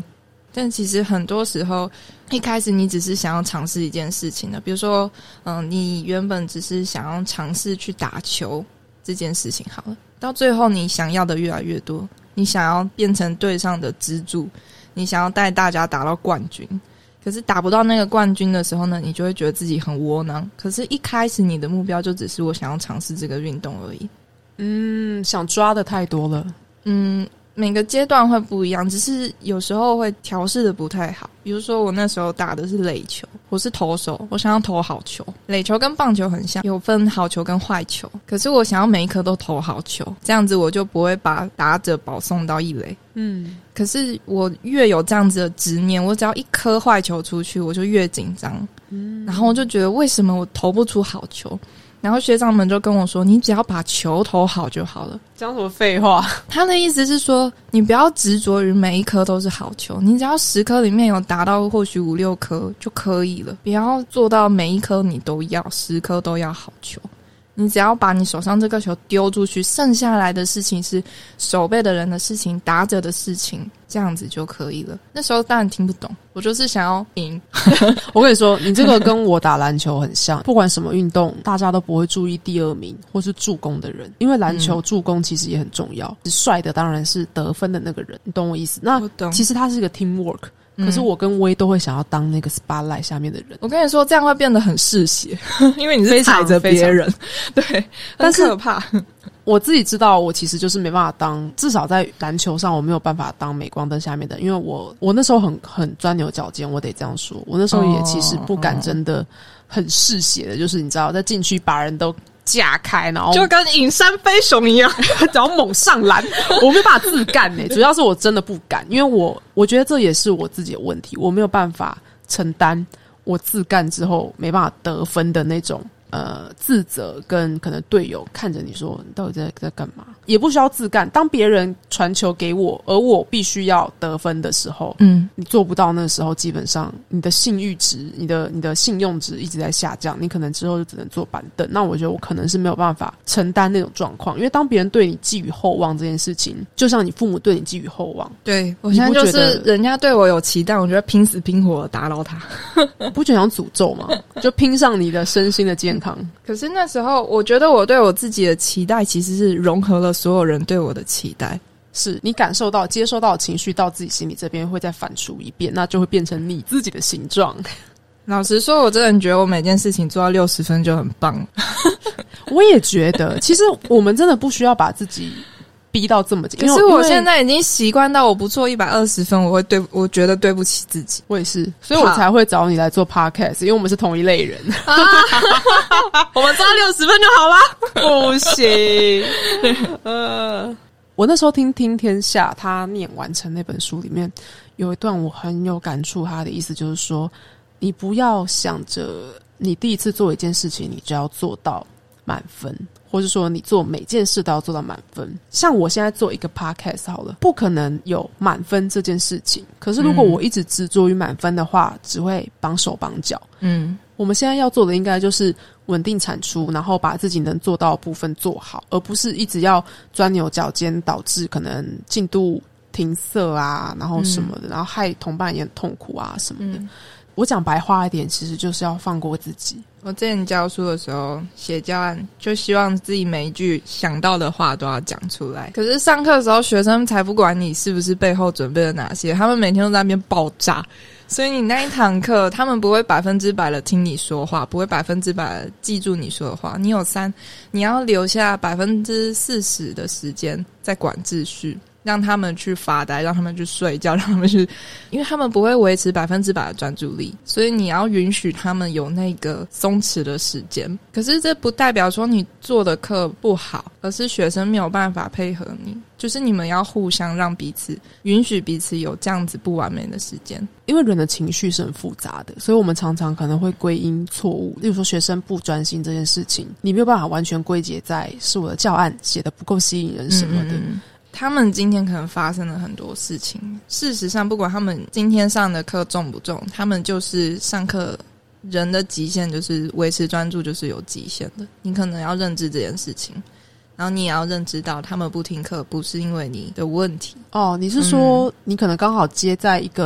但其实很多时候一开始你只是想要尝试一件事情的，比如说你原本只是想要尝试去打球这件事情好了，到最后你想要的越来越多，你想要变成队上的支柱，你想要带大家打到冠军，可是打不到那个冠军的时候呢，你就会觉得自己很窝囊。可是一开始你的目标就只是我想要尝试这个运动而已。 想抓的太多了。 每个阶段会不一样，只是有时候会调试的不太好。比如说我那时候打的是垒球，我是投手，我想要投好球。垒球跟棒球很像，有分好球跟坏球，可是我想要每一颗都投好球，这样子我就不会把打者保送到一垒。可是我越有这样子的执念，我只要一颗坏球出去我就越紧张。然后我就觉得为什么我投不出好球，然后学长们就跟我说，你只要把球投好就好了。 讲什么废话？ 他的意思是说，你不要执着于每一颗都是好球，你只要10颗里面有达到或许5、6颗就可以了，不要做到每一颗你都要10颗都要好球。你只要把你手上这个球丢出去，剩下来的事情是守备的人的事情，打者的事情，这样子就可以了。那时候当然听不懂，我就是想要赢。 我跟你说，你这个跟我打篮球很像，不管什么运动，大家都不会注意第2名或是助攻的人，因为篮球助攻其实也很重要。帅的当然是得分的那个人，你懂我意思？那其实它是一个 teamwork。可是我跟威都会想要当那个 spotlight 下面的人。 我跟你说，这样会变得很嗜血，因为你是踩着别人，对，很可怕。 我自己知道，我其实就是没办法当，至少在篮球上我没有办法当镁光灯下面的，因为我那时候很钻牛角尖，我得这样说。我那时候也其实不敢真的很嗜血的，就是你知道，在禁区把人都架开，然后就跟隐山飞熊一样， 然后猛上篮，我没办法自干主要是我真的不敢，因为我觉得这也是我自己的问题，我没有办法承担我自干之后没办法得分的那种自责，跟可能队友看着你说你到底在干嘛，也不需要自干。当别人传球给我，而我必须要得分的时候，你做不到，那时候基本上你的信誉值、你的信用值一直在下降，你可能之后就只能坐板凳。那我觉得我可能是没有办法承担那种状况，因为当别人对你寄予厚望这件事情，就像你父母对你寄予厚望。 对，我现在就是人家对我有期待，我觉得拼死拼活的打扰他。 不觉得像诅咒吗？就拼上你的身心的健康。 可是那时候我觉得我对我自己的期待其实是融合了所有人对我的期待， 是你感受到接收到的情绪到自己心里这边会再反刍一遍，那就会变成你自己的形状。 老实说，我真的觉得我每件事情做到60分就很棒。 我也觉得其实我们真的不需要把自己逼到这么紧， 可是我现在已经习惯到我不做120分我觉得对不起自己。 我也是，所以我才会找你来做 podcast， 因为我们是同一类人。 我们做到60分就好啦。 不行。我那时候听天下他念完成那本书里面有一段我很有感触，他的意思就是说，你不要想着你第一次做一件事情你就要做到满分，或是说你做每件事都要做到满分。像我现在做一个 podcast 好了，不可能有满分这件事情，可是如果我一直执着于满分的话，只会绑手绑脚。我们现在要做的应该就是稳定产出，然后把自己能做到的部分做好，而不是一直要钻牛角尖，导致可能进度停塞啊，然后什么的，然后害同伴也很痛苦啊什么的。我讲白话一点，其实就是要放过自己。 我之前教书的时候写教案，就希望自己每一句想到的话都要讲出来。可是上课的时候，学生才不管你是不是背后准备了哪些，他们每天都在那边爆炸。所以你那一堂课，他们不会100%的听你说话，不会100%的记住你说的话。你要留下40%的时间在管秩序，让他们去发呆，让他们去睡觉，让他们去，因为他们不会维持100%的专注力，所以你要允许他们有那个松弛的时间。可是这不代表说你做的课不好，而是学生没有办法配合你，就是你们要互相让彼此允许彼此有这样子不完美的时间。 因为人的情绪是很复杂的，所以我们常常可能会归因错误，例如说学生不专心这件事情，你没有办法完全归结在是我的教案写得不够吸引人什么的。 他们今天可能发生了很多事情，事实上不管他们今天上的课重不重，他们就是上课人的极限，就是维持专注就是有极限的。你可能要认知这件事情，然后你也要认知到他们不听课不是因为你的问题。 哦，你是说你可能刚好接在一个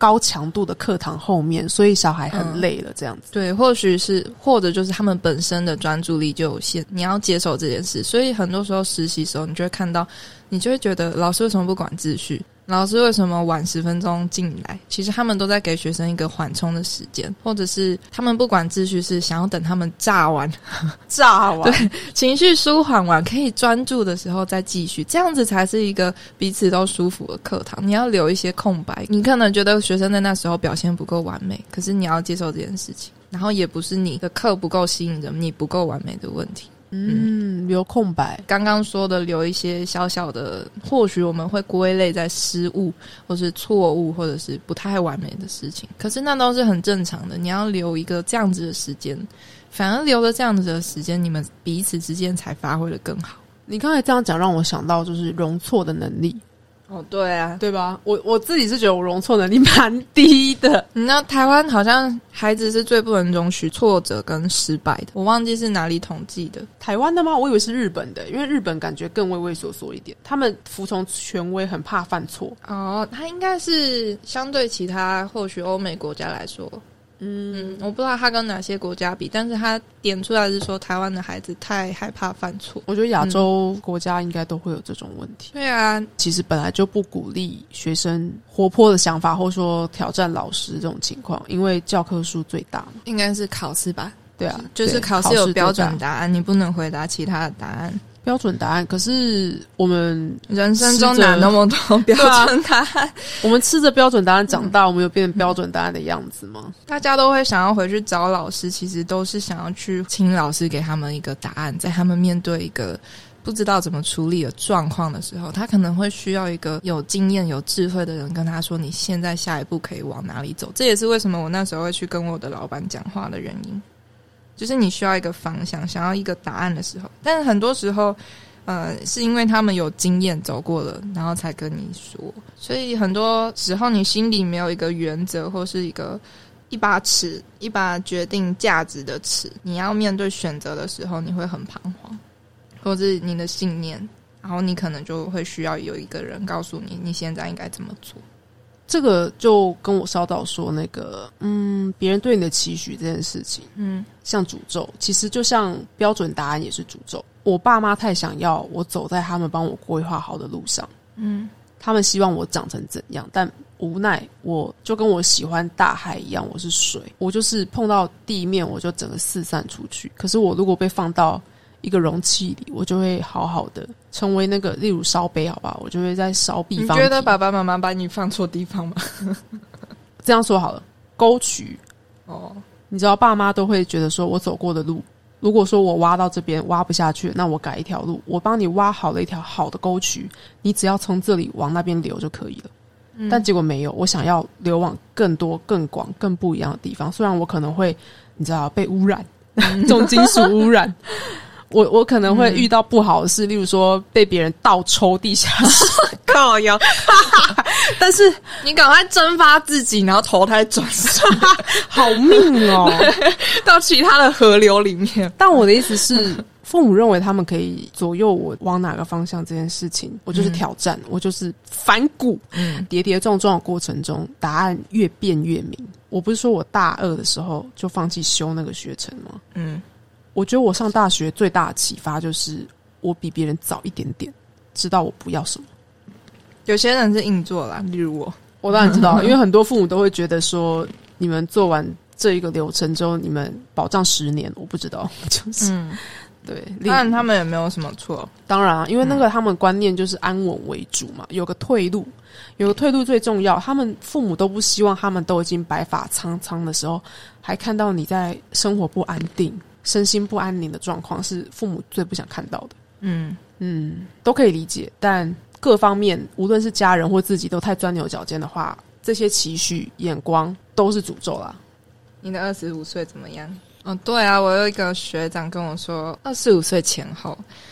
高强度的课堂后面，所以小孩很累了这样子。 对，或者就是他们本身的专注力就有限，你要接受这件事，所以很多时候实习的时候，你就会看到，你就会觉得老师为什么不管秩序？老师为什么晚10分钟进来？其实他们都在给学生一个缓冲的时间，或者是他们不管秩序，是想要等他们炸完，对，情绪舒缓完，可以专注的时候再继续，这样子才是一个彼此都舒服的课堂。你要留一些空白，你可能觉得学生在那时候表现不够完美，可是你要接受这件事情，然后也不是你的课不够吸引人，你不够完美的问题。 留空白。 刚刚说的留一些小小的，或许我们会归类在失误或是错误或者是不太完美的事情，可是那都是很正常的。你要留一个这样子的时间，反而留了这样子的时间，你们彼此之间才发挥得更好。 你刚才这样讲让我想到就是容错的能力。 哦，对啊， 对吧？我自己是觉得我容错能力蛮低的。 你知道台湾好像孩子是最不能容许挫折跟失败的，我忘记是哪里统计的。 台湾的吗？我以为是日本的，因为日本感觉更畏畏缩缩一点，他们服从权威，很怕犯错。 哦，他应该是相对其他或许欧美国家来说。我不知道他跟哪些国家比，但是他点出来是说台湾的孩子太害怕犯错。 我觉得亚洲国家应该都会有这种问题。 对啊， 其实本来就不鼓励学生活泼的想法，或者说挑战老师这种情况，因为教科书最大嘛。 应该是考试吧？ 对啊， 就是考试有标准答案，你不能回答其他的答案。 标准答案，可是我们人生中哪那么多标准答案？ 我们吃着标准答案长大，我们有变成标准答案的样子吗？ 大家都会想要回去找老师，其实都是想要去请老师给他们一个答案，在他们面对一个不知道怎么处理的状况的时候，他可能会需要一个有经验有智慧的人跟他说你现在下一步可以往哪里走。这也是为什么我那时候会去跟我的老板讲话的原因，就是你需要一个方向，想要一个答案的时候，但是很多时候是因为他们有经验走过了，然后才跟你说，所以很多时候你心里没有一个原则或是一把尺，一把决定价值的尺，你要面对选择的时候你会很彷徨，或是你的信念，然后你可能就会需要有一个人告诉你你现在应该怎么做。 这个就跟我烧到说那个别人对你的期许这件事情，像诅咒，其实就像标准答案也是诅咒。我爸妈太想要我走在他们帮我规划好的路上，他们希望我长成怎样，但无奈我就跟我喜欢大海一样，我是水，我就是碰到地面我就整个四散出去。可是我如果被放到一个容器里，我就会好好的成为那个，例如烧杯好不好，我就会在烧壁方体。 你觉得爸爸妈妈把你放错地方吗？ 这样说好了，沟渠你知道爸妈都会觉得说我走过的路，如果说我挖到这边挖不下去，那我改一条路，我帮你挖好了一条好的沟渠，你只要从这里往那边流就可以了。但结果没有，我想要流往更多更广更不一样的地方，虽然我可能会你知道被污染重金属污染我可能会遇到不好的事，例如说被别人倒抽地下室靠腰但是你赶快蒸发自己，然后投胎转世好命哦到其他的河流里面。 但我的意思是父母认为他们可以左右我往哪个方向这件事情，我就是挑战，我就是反骨。跌跌撞撞的过程中，答案越变越明。我不是说我大2的时候就放弃修那个学程吗？我觉得我上大学最大的启发就是我比别人早一点点知道我不要什么。 有些人是硬做啦，例如我当然知道因为很多父母都会觉得说你们做完这一个流程之后你们保障10年，我不知道就是对， 当然他们也没有什么错， 当然因为那个他们观念就是安稳为主嘛，有个退路最重要。他们父母都不希望他们都已经白发苍苍的时候还看到你在生活不安定身心不安宁的状况，是父母最不想看到的。都可以理解，但各方面无论是家人或自己都太钻牛角尖的话，这些期许眼光都是诅咒啦。 你的25岁怎么样？对啊，我有一个学长跟我说，25岁前后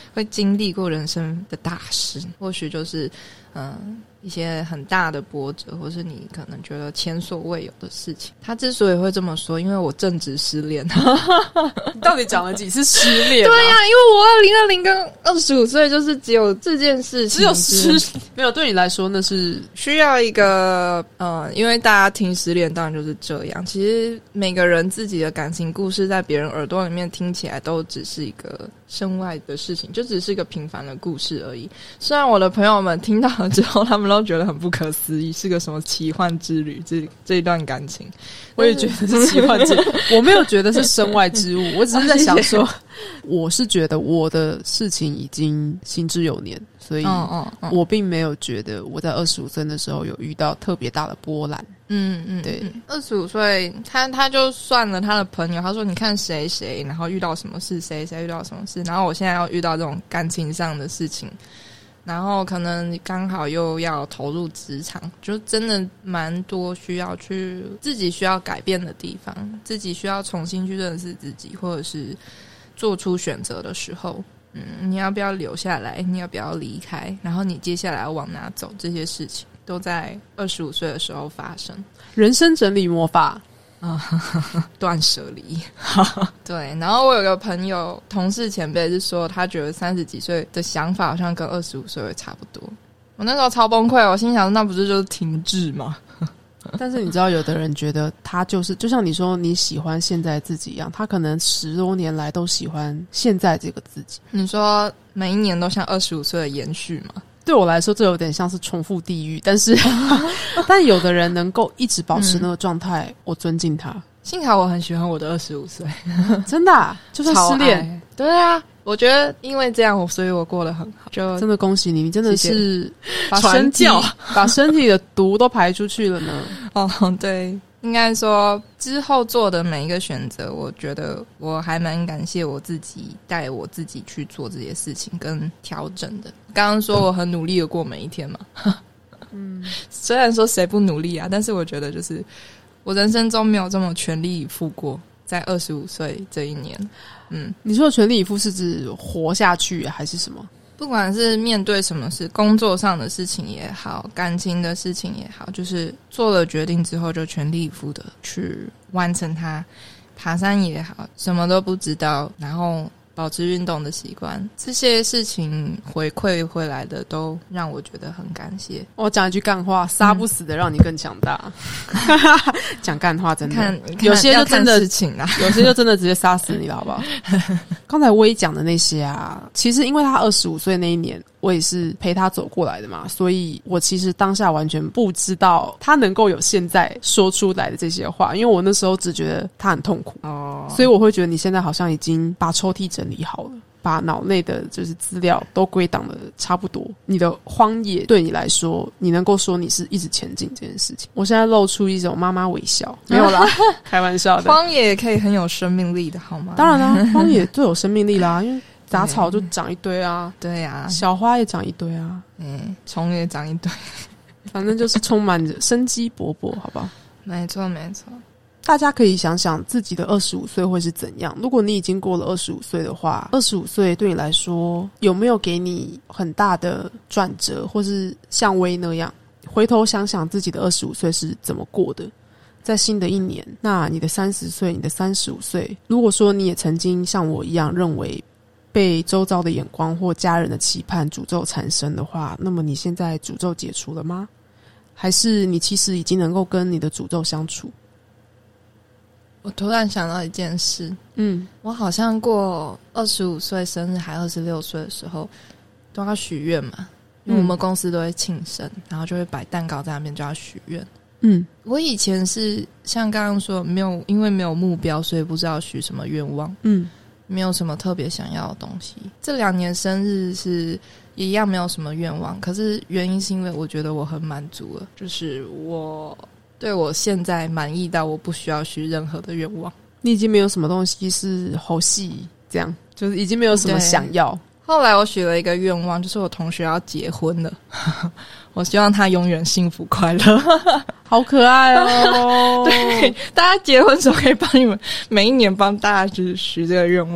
会经历过人生的大事，或许就是一些很大的波折，或是你可能觉得前所未有的事情。他之所以会这么说，因为我正值失恋。 你到底讲了几次失恋？ 对呀，因为我2020跟25岁就是只有这件事情， 只有没有对你来说那是需要一个因为大家听失恋当然就是这样。其实每个人自己的感情故事，在别人耳朵里面听起来都只是一个身外的事情，就只是一个平凡的故事而已。虽然我的朋友们听到了之后，他们都觉得很不可思议，是个什么奇幻之旅，这一段感情。 我也觉得是奇幻之旅，我没有觉得是身外之物，我只是在想说，我是觉得我的事情已经行之有年，所以我并没有觉得我在25岁的时候有遇到特别大的波澜。对 ，25岁，他就算了他的朋友，他说你看谁，然后遇到什么事，谁遇到什么事，然后我现在要遇到这种感情上的事情，然后可能刚好又要投入职场，就真的蛮多自己需要改变的地方，自己需要重新去认识自己，或者是做出选择的时候，你要不要留下来，你要不要离开，然后你接下来要往哪走，这些事情都在25岁的时候发生。 人生整理魔法断舍离。对，然后我有个朋友同事前辈是说，他觉得30几岁的想法好像跟25岁会差不多。我那时候超崩溃，我心想那不是就是停滞吗？ 但是你知道有的人觉得他就是就像你说你喜欢现在自己一样，他可能10多年来都喜欢现在这个自己。 你说每一年都像25岁的延续吗？ 对我来说这有点像是重复地狱，但有的人能够一直保持那个状态，我尊敬他。 幸好我很喜欢我的25岁。 真的就算失恋。 对啊，我觉得因为这样所以我过得很好，就真的恭喜你，你真的是把身体的毒都排出去了呢。 对，应该说之后做的每一个选择，我觉得我还蛮感谢我自己带我自己去做这些事情跟调整的。刚刚说我很努力的过每一天嘛。虽然说谁不努力啊，但是我觉得就是我人生中没有这么全力以赴过，在25岁这一年。 你说的全力以赴是指活下去还是什么？ 不管是面对什么事，工作上的事情也好，感情的事情也好，就是做了决定之后就全力以赴的去完成它。爬山也好，什么都不知道，然后保持运动的习惯，这些事情回馈回来的都让我觉得很感谢。 我讲一句干话，杀不死的让你更强大。讲干话真的有些就真的事情啊， 有些就真的直接杀死你了，好不好？刚才薇讲的那些啊，其实因为他25岁那一年我也是陪他走过来的嘛，所以我其实当下完全不知道他能够有现在说出来的这些话，因为我那时候只觉得他很痛苦所以我会觉得你现在好像已经把抽屉整理好了，把脑内的就是资料都归档的差不多，你的荒野对你来说，你能够说你是一直前进这件事情。我现在露出一种妈妈微笑，没有啦，开玩笑的。 荒野也可以很有生命力的好吗？ 当然啦，荒野最有生命力啦，因为杂草就长一堆啊， 对啊， 小花也长一堆啊， 虫也长一堆， 反正就是充满着生机勃勃，好不好？ 没错没错。 大家可以想想自己的25岁会是怎样。如果你已经过了25岁的话，25岁对你来说有没有给你很大的转折，或是像薇那样回头想想自己的25岁是怎么过的，在新的一年，那你的30岁，你的35岁，如果说你也曾经像我一样认为被周遭的眼光或家人的期盼诅咒缠身的话，那么你现在诅咒解除了吗？还是你其实已经能够跟你的诅咒相处？ 我突然想到一件事，我好像过25岁生日还26岁的时候都要许愿嘛，因为我们公司都会庆生，然后就会摆蛋糕在那边就要许愿。我以前是像刚刚说因为没有目标，所以不知道许什么愿望，没有什么特别想要的东西。这2年生日是也一样没有什么愿望，可是原因是因为我觉得我很满足了，就是我对我现在满意到我不需要许任何的愿望。 你已经没有什么东西是猴戏，这样就是已经没有什么想要。 后来我许了一个愿望，就是我同学要结婚了，我希望他永远幸福快乐。 好可爱哦！ 对，大家结婚的时候可以帮你们每一年帮大家就是许这个愿望。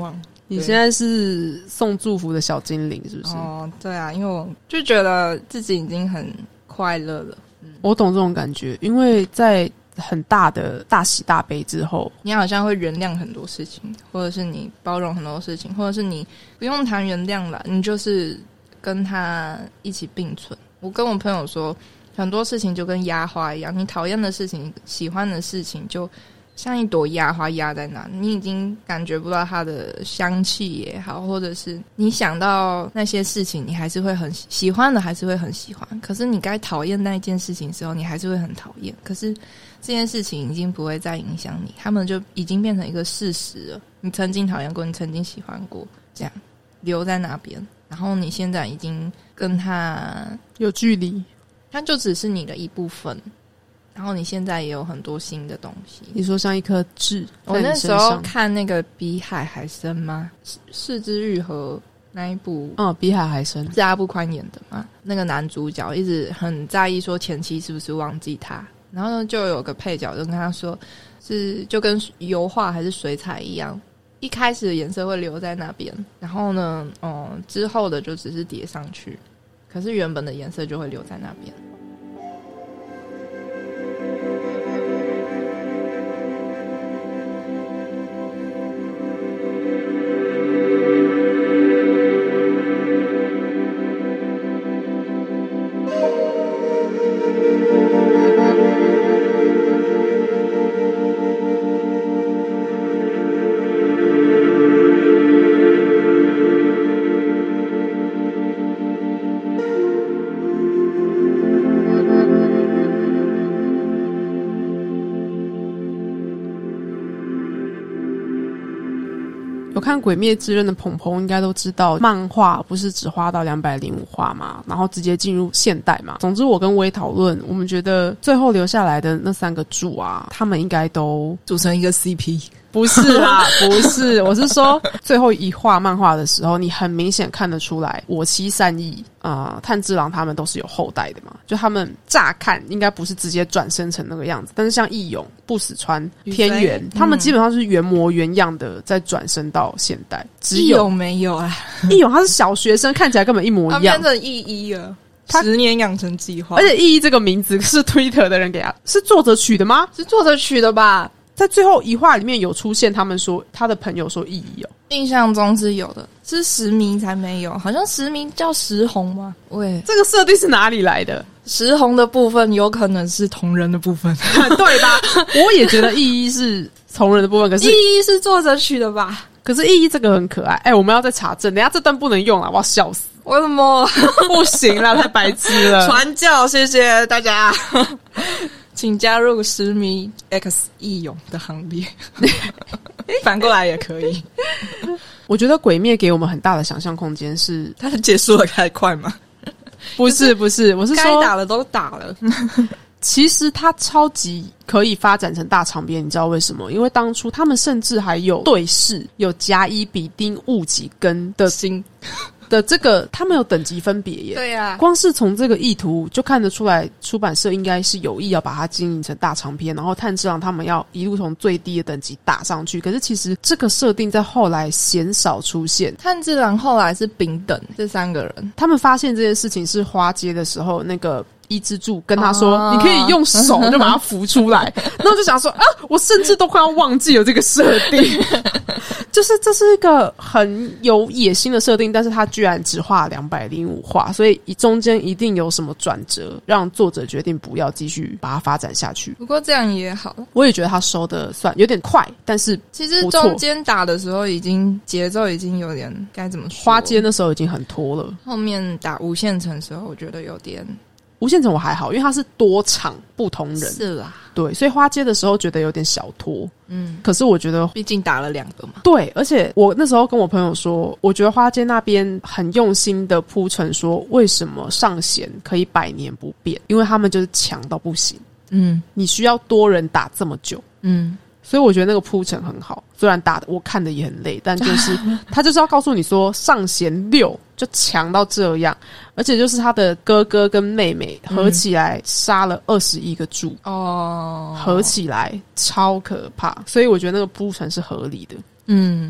你现在是送祝福的小精灵是不是？ 哦，对啊，因为我就觉得自己已经很快乐了。 我懂这种感觉，因为在很大的大喜大悲之后， 你好像会原谅很多事情，或者是你包容很多事情，或者是你不用谈原谅了，你就是跟他一起并存。我跟我朋友说，很多事情就跟压花一样，你讨厌的事情、喜欢的事情，就像一朵压花压在那，你已经感觉不到它的香气也好，或者是你想到那些事情，你还是会很喜欢的，还是会很喜欢。可是你该讨厌那一件事情的时候，你还是会很讨厌。可是这件事情已经不会再影响你，他们就已经变成一个事实了。你曾经讨厌过，你曾经喜欢过，这样留在那边，然后你现在已经跟他有距离， 它就只是你的一部分。然后你现在也有很多新的东西。 你说像一颗痣， 我那时候看那个《比海还深》吗？是之愈合那一部， 比海还深是阿部宽演的嘛？那个男主角一直很在意说前妻是不是忘记他，然后呢就有个配角就跟他说，是就跟油画还是水彩一样，一开始的颜色会留在那边，然后呢，之后的就只是叠上去，可是原本的颜色就会留在那边。 有看《鬼灭之刃》的鹏鹏应该都知道，漫画不是只画到205话嘛，然后直接进入现代嘛。总之我跟薇讨论，我们觉得最后留下来的那3个柱啊，他们应该都组成一个 CP。 不是啦，不是，我是说最后一画漫画的时候，你很明显看得出来，我妻善逸炭治郎他们都是有后代的嘛，就他们乍看应该不是直接转生成那个样子，但是像义勇、不死川、天元，他们基本上是原模原样的再转生到现代。 义勇没有啊， 义勇他是小学生，看起来根本一模一样， 他变成义一了。10年养成计划， 而且义一这个名字是 Twitter 的人给他，是作者取的吗？ 是作者取的吧？ 在最后一话里面有出现，他们说他的朋友说意义印象中是有的，是石迷才没有，好像石迷叫石红吗？喂， 这个设定是哪里来的？ 石红的部分有可能是同人的部分， 对吧？我也觉得意义是同人的部分，可是意义是作者取的吧？ 可是意义这个很可爱，我们要再查证，等一下这段不能用了，我要笑死！ 为什么？ 不行啦，太白痴了！ 传教，谢谢大家。请加入石迷 X 义勇的行列，反过来也可以。 我觉得鬼灭给我们很大的想象空间，是它结束了太快吗？ 不是，我是说该打的都打了。 其实它超级可以发展成大长篇，你知道为什么？因为当初他们甚至还有对视，有甲乙丙丁戊己庚的心的这个，他们有等级分别耶。 对啊， 光是从这个意图就看得出来，出版社应该是有意要把它经营成大长篇，然后炭治郎他们要一路从最低的等级打上去。可是其实这个设定在后来鲜少出现。 炭治郎后来是丙等，这3个人， 他们发现这件事情是花街的时候，那个伊之助跟他说，你可以用手就把它扶出来。然后我就想说我甚至都快要忘记有这个设定。就是这是一个很有野心的设定，但是他居然只画205话，所以中间一定有什么转折，让作者决定不要继续把它发展下去。 不过这样也好， 我也觉得他收的算有点快，但是其实中间打的时候已经节奏已经有点该怎么说， 花街那时候已经很拖了， 后面打无限城的时候我觉得有点， 无限城我还好，因为它是多场不同人， 是啦， 对，所以花街的时候觉得有点小拖。可是我觉得毕竟打了2个嘛。 对，而且我那时候跟我朋友说，我觉得花街那边很用心的铺陈说为什么上弦可以100年不变，因为他们就是强到不行。你需要多人打这么久。所以我觉得那个铺陈很好，虽然打的我看的也很累，但就是他就是要告诉你说上弦6就强到这样，而且就是他的哥哥跟妹妹合起来杀了21个柱合起来超可怕，所以我觉得那个铺陈是合理的。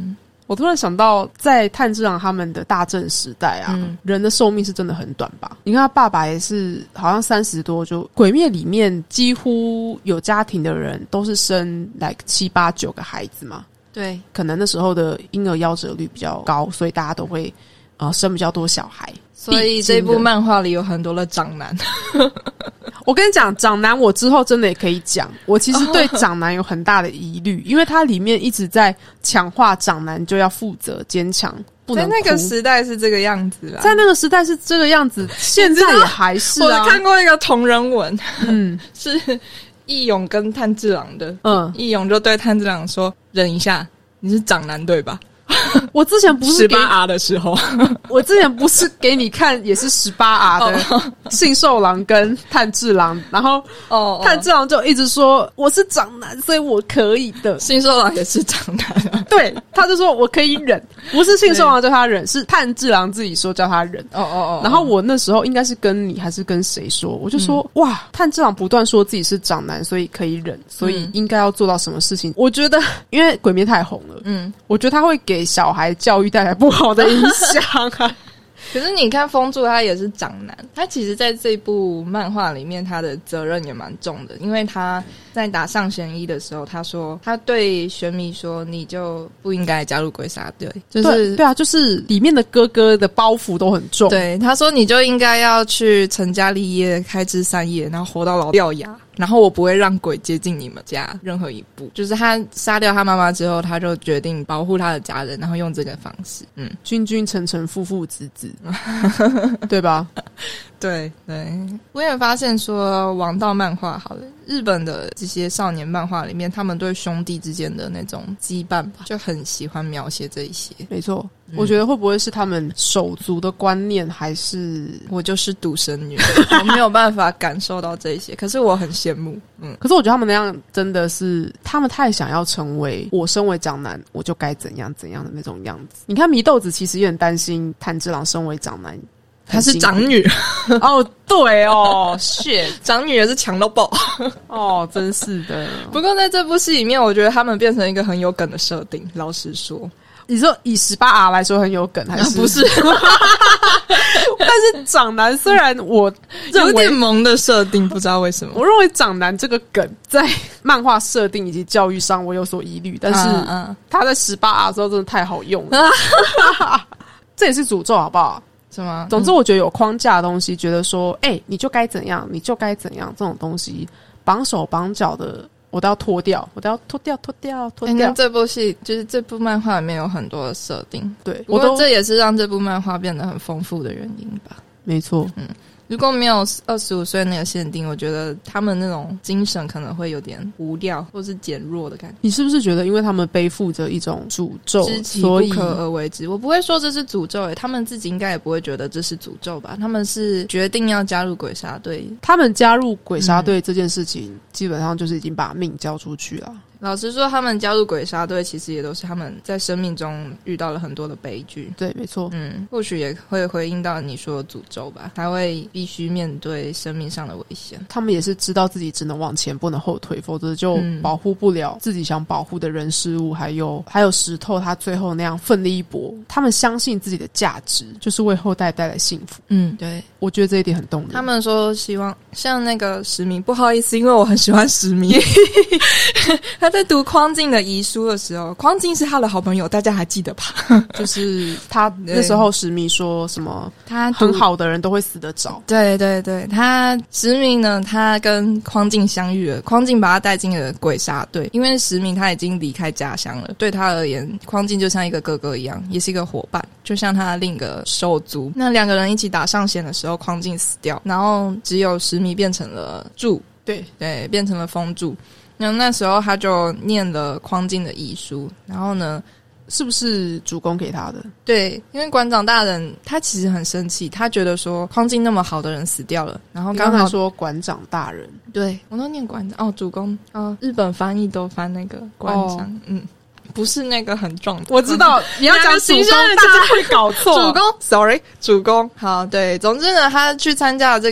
我突然想到，在炭治郎他们的大正时代啊，人的寿命是真的很短吧？你看他爸爸也是好像30多，就鬼灭里面几乎有家庭的人都是生like7、8、9个孩子嘛。 对， 可能那时候的婴儿夭折率比较高，所以大家都会生比较多小孩。 所以这部漫画里有很多的长男。 我跟你讲，长男我之后真的也可以讲，我其实对长男有很大的疑虑，因为它里面一直在强化长男就要负责坚强，不能哭。 在那个时代是这个样子啦， 在那个时代是这个样子，现在也还是啊。 我看过一个同人文，是义勇跟炭治郎的，义勇就对炭治郎说：“忍一下，你是长男对吧？” 我之前不是 18R 的时候， 我之前不是给你看也是18R 的信受郎跟炭治郎，然后炭治郎就一直说我是长男，所以我可以的。 信受郎也是长男啊， 对，他就说我可以忍，不是信受郎叫他忍，是炭治郎自己说叫他忍。然后我那时候应该是跟你还是跟谁说，我就说哇，炭治郎不断说自己是长男，所以可以忍，所以应该要做到什么事情。我觉得因为鬼灭太红了，我觉得他会给小孩教育带来不好的影响啊。 可是你看风柱他也是长男，他其实在这部漫画里面他的责任也蛮重的，因为他在打上弦一的时候，他说他对玄弥说你就不应该加入鬼杀队，就是对啊，就是里面的哥哥的包袱都很重。 对，他说你就应该要去成家立业，开枝散叶，然后活到老掉牙，然后我不会让鬼接近你们家任何一步。就是他杀掉他妈妈之后，他就决定保护他的家人，然后用这个方式， 君君臣臣父父子子对吧？ 对对，我也发现说王道漫画好了，日本的这些少年漫画里面，他们对兄弟之间的那种羁绊吧，就很喜欢描写这一些。 没错，我觉得会不会是他们手足的观念，还是我就是独生女，我没有办法感受到这些，可是我很羡慕。 可是我觉得他们那样真的是，他们太想要成为我身为长男我就该怎样怎样的那种样子。你看祢豆子其实也很担心炭治郎身为长男， 她是长女哦，对哦shit 长女也是强到爆哦，真是的。 不过在这部戏里面，我觉得他们变成一个很有梗的设定，老实说。 你说以18R 来说很有梗还是？ 不是但是长男虽然我认为有点萌的设定，不知道为什么。 我认为长男这个梗在漫画设定以及教育上我有所疑虑，但是他在18R 的时候真的太好用了这也是诅咒好不好？ 是吗？ 总之我觉得有框架的东西，觉得说你就该怎样你就该怎样，这种东西绑手绑脚的我都要脱掉，我都要脱掉。 那这部戏就是这部漫画里面有很多的设定， 对， 不过这也是让这部漫画变得很丰富的原因吧。 没错， 如果没有25岁那个限定，我觉得他们那种精神可能会有点无聊或是减弱的感觉。 你是不是觉得因为他们背负着一种诅咒， 知其不可而为之？我不会说这是诅咒他们自己应该也不会觉得这是诅咒吧。他们是决定要加入鬼杀队， 他们加入鬼杀队这件事情基本上就是已经把命交出去了。 老实说，他们加入鬼杀队其实也都是他们在生命中遇到了很多的悲剧。 对，没错。 或许也会回应到你说的诅咒吧，才会必须面对生命上的危险。 他们也是知道自己只能往前不能后退，否则就保护不了自己想保护的人事物，还有石头他最后那样奋力一搏。他们相信自己的价值就是为后代带来幸福。 对， 我觉得这一点很动人。 他们说希望像那个石明，不好意思，因为我很喜欢石明他在读匡靖的遗书的时候，匡靖是他的好朋友，大家还记得吧？就是他那时候石明说什么他很好的人都会死得早。 对对对，他石明呢，他跟匡靖相遇了，匡靖把他带进了鬼杀队，因为石明他已经离开家乡了，对他而言匡靖就像一个哥哥一样，也是一个伙伴，就像他另一个手足。那两个人一起打上弦的时候，匡靖死掉，然后只有石明变成了柱，对，变成了风柱。那时候他就念了匡靖的遗书，然后呢， 是不是主公给他的？ 对，因为馆长大人他其实很生气，他觉得说匡靖那么好的人死掉了，然后刚才说馆长大人， 对我都念馆长主公日本翻译都翻那个馆长，不是那个很壮的， 我知道你要讲主公，大家会搞错。 主公 ，sorry， 主公。好，对，总之呢，他去参加了这个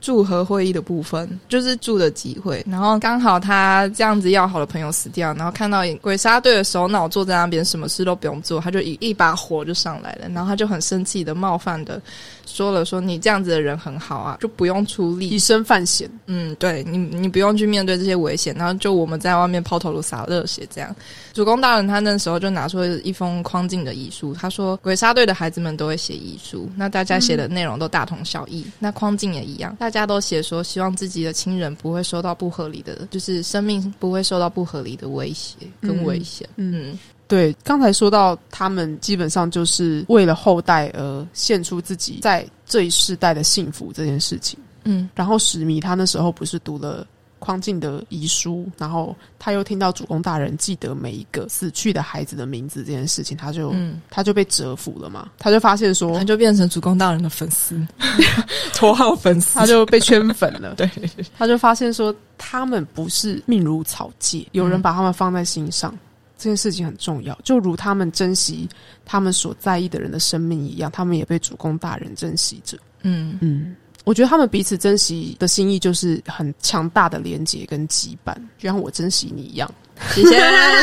祝贺会议的部分，就是祝的集会，然后刚好他这样子要好的朋友死掉，然后看到鬼杀队的首脑坐在那边什么事都不用做，他就一把火就上来了，然后他就很生气的冒犯的说你这样子的人很好啊，就不用出力， 以身犯险。 对，你不用去面对这些危险，然后就我们在外面抛头颅洒热血这样。主公大人他那时候就拿出了一封匡靖的遗书，他说鬼杀队的孩子们都会写遗书，那大家写的内容都大同小异，那匡靖也一样，大家都写说希望自己的亲人不会受到不合理的，就是生命不会受到不合理的威胁跟危险。 对，刚才说到他们基本上就是为了后代而献出自己在这一世代的幸福这件事情。然后史弥他那时候不是读了匡靖的遗书，然后他又听到主公大人记得每一个死去的孩子的名字这件事情，他就被折服了嘛，他就发现说他就变成主公大人的粉丝头号粉丝， 他就被圈粉了对， 他就发现说他们不是命如草芥，有人把他们放在心上，这件事情很重要，就如他们珍惜他们所在意的人的生命一样，他们也被主公大人珍惜着。我觉得他们彼此珍惜的心意就是很强大的连结跟羁绊，就像我珍惜你一样。 谢谢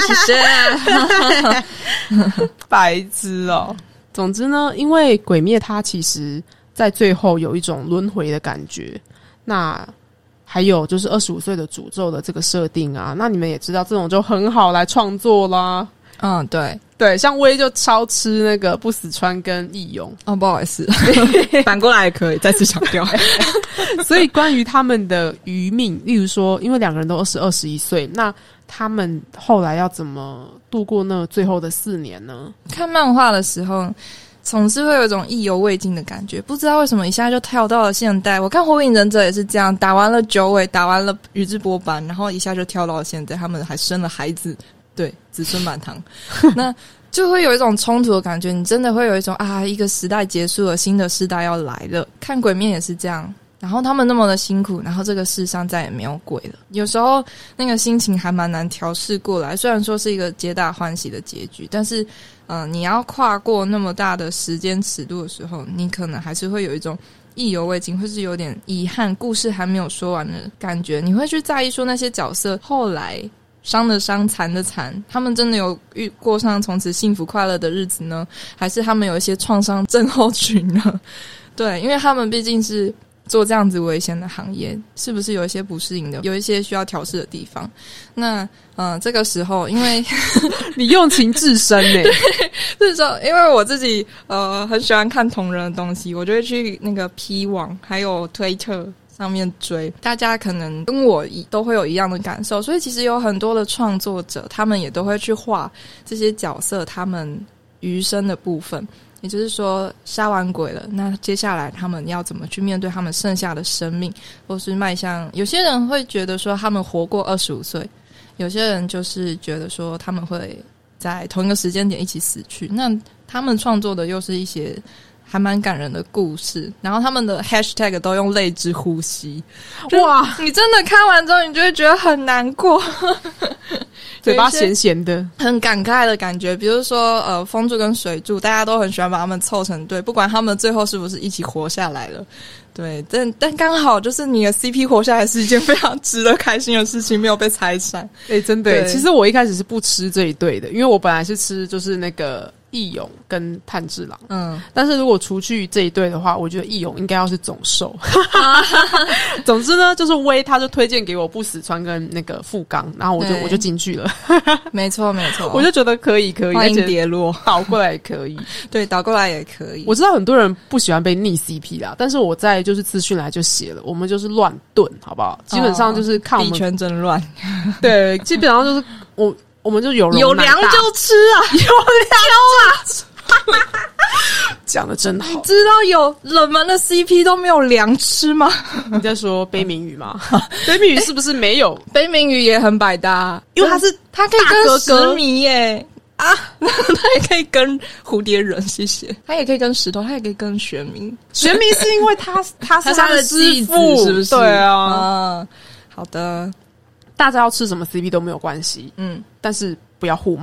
白痴哦。总之呢，因为鬼灭它其实在最后有一种轮回的感觉，那还有就是25岁的诅咒的这个设定啊，那你们也知道这种就很好来创作啦。对，像威就超吃那个不死川跟义勇。 不好意思反过来也可以再次强调所以关于他们的余命，例如说因为两个人都21岁，那他们后来要怎么度过那最后的4年呢？ 看漫画的时候总是会有一种意犹未尽的感觉，不知道为什么一下就跳到了现代。我看火影忍者也是这样，打完了九尾，打完了宇智波斑，然后一下就跳到了现在，他们还生了孩子，对，子孙满堂那就会有一种冲突的感觉，你真的会有一种一个时代结束了，新的时代要来了。看鬼面也是这样，然后他们那么的辛苦，然后这个世上再也没有鬼了，有时候那个心情还蛮难调试过来，虽然说是一个皆大欢喜的结局，但是你要跨过那么大的时间尺度的时候，你可能还是会有一种意犹未尽，或是有点遗憾，故事还没有说完的感觉。你会去在意说那些角色后来伤的伤，残的残，他们真的有过上从此幸福快乐的日子呢，还是他们有一些创伤症候群呢？对，因为他们毕竟是做这样子危险的行业，是不是有一些不适应的，有一些需要调试的地方？那这个时候因为你用情至深耶是说因为我自己很喜欢看同人的东西，我就会去那个 P 网还有推特上面追，大家可能跟我都会有一样的感受，所以其实有很多的创作者他们也都会去画这些角色他们余生的部分，也就是说杀完鬼了，那接下来他们要怎么去面对他们剩下的生命，或是迈向，有些人会觉得说他们活过25岁，有些人就是觉得说他们会在同一个时间点一起死去，那他们创作的又是一些还蛮感人的故事，然后他们的 hashtag 都用泪之呼吸，哇，你真的看完之后你就会觉得很难过嘴巴咸咸的， 很感慨的感觉。比如说风柱跟水柱，大家都很喜欢把他们凑成对，不管他们最后是不是一起活下来了，对，但刚好就是你的 CP 活下来是一件非常值得开心的事情，没有被拆散。 真的，其实我一开始是不吃这一对的，因为我本来是吃就是那个义勇跟炭治郎，但是如果除去这一对的话，我觉得义勇应该要是总寿总之呢，就是威他就推荐给我不死川跟那个富冈，然后我就进去了没错我就觉得可以欢迎跌落， 倒过来也可以对，倒过来也可以。 我知道很多人不喜欢被逆 CP 啦，但是我在就是资讯来就写了，我们就是乱炖好不好，基本上就是看我们币圈真乱对，基本上就是我们就有粮就吃啊，有粮啊讲得真好。 你知道有冷门的 CP 都没有粮吃吗？ 你在说悲鸣鱼吗？悲鸣鱼是不是没有？ 悲鸣鱼也很百搭， 因为它可以跟石迷耶啊，它也可以跟蝴蝶忍，谢谢。它也可以跟石头，它也可以跟玄冥。 玄冥是因为他是他的继父， 是不是？ 对啊。 好的， 大家要吃什么 CP 都没有关系，但是不要互骂。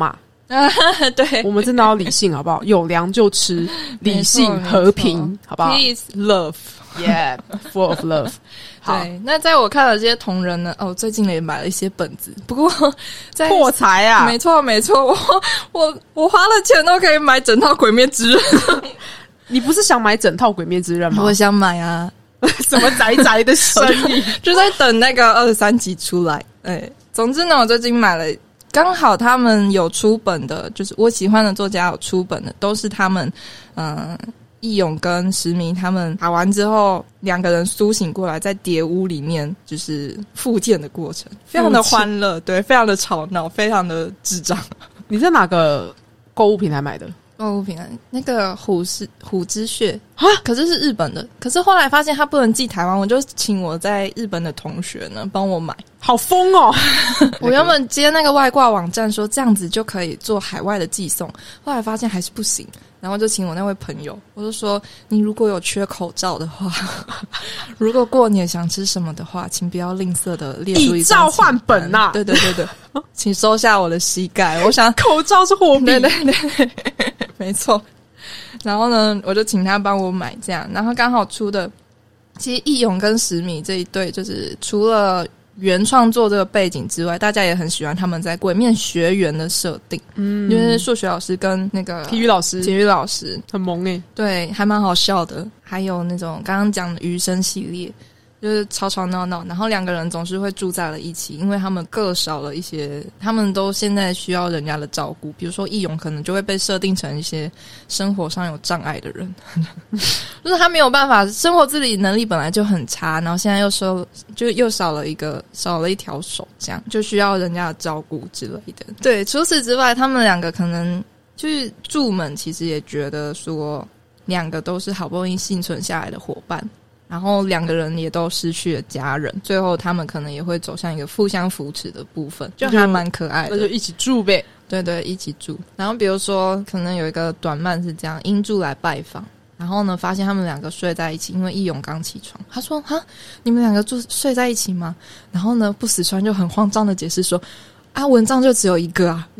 对， 我们真的要理性好不好？有粮就吃，理性和平好不好 Peace Love Yeah Full of love 对，那在我看了这些同人呢，最近也买了一些本子，不过在破财啊， 没错，我花了钱都可以买整套《鬼灭之刃》 你不是想买整套《鬼灭之刃》吗？ 我想买啊， 什么宅宅的声音就在等那个23集出来。总之呢，我最近买了，刚好他们有出本的，就是我喜欢的作家有出本的，都是他们义勇跟石明他们打完之后，两个人苏醒过来，在蝶屋里面就是复健的过程，非常的欢乐，对，非常的吵闹，非常的智障。 你在哪个购物平台买的？ 购物平台那个虎之穴啊，可是日本的，可是后来发现它不能寄台湾，我就请我在日本的同学呢帮我买。 好疯哦！ 我原本接那个外挂网站说这样子就可以做海外的寄送，后来发现还是不行，然后就请我那位朋友，我就说你如果有缺口罩的话，如果过年想吃什么的话，请不要吝啬的列出一张以照换本啊！ 对，请收下我的膝盖。我想口罩是货币， 对，没错。然后呢，我就请他帮我买这样，然后刚好出的，其实义勇跟石米这一对，就是除了原创作这个背景之外，大家也很喜欢他们在鬼面学园的设定，因为数学老师跟那个体育老师很萌对，还蛮好笑的。还有那种刚刚讲的余生系列，就是吵吵闹闹，然后两个人总是会住在了一起，因为他们各少了一些，他们都现在需要人家的照顾，比如说义勇可能就会被设定成一些生活上有障碍的人就是他没有办法，生活自理能力本来就很差，然后现在又少了一条手，这样就需要人家的照顾之类的。对，除此之外，他们两个可能就是柱们其实也觉得说，两个都是好不容易幸存下来的伙伴，然后两个人也都失去了家人，最后他们可能也会走向一个互相扶持的部分，就还蛮可爱的。 那就一起住呗。 对，一起住。然后比如说可能有一个短漫是这样，英柱来拜访，然后呢发现他们两个睡在一起，因为义勇刚起床，他说哈，你们两个睡在一起吗？然后呢不死川就很慌张的解释说，文章就只有一个啊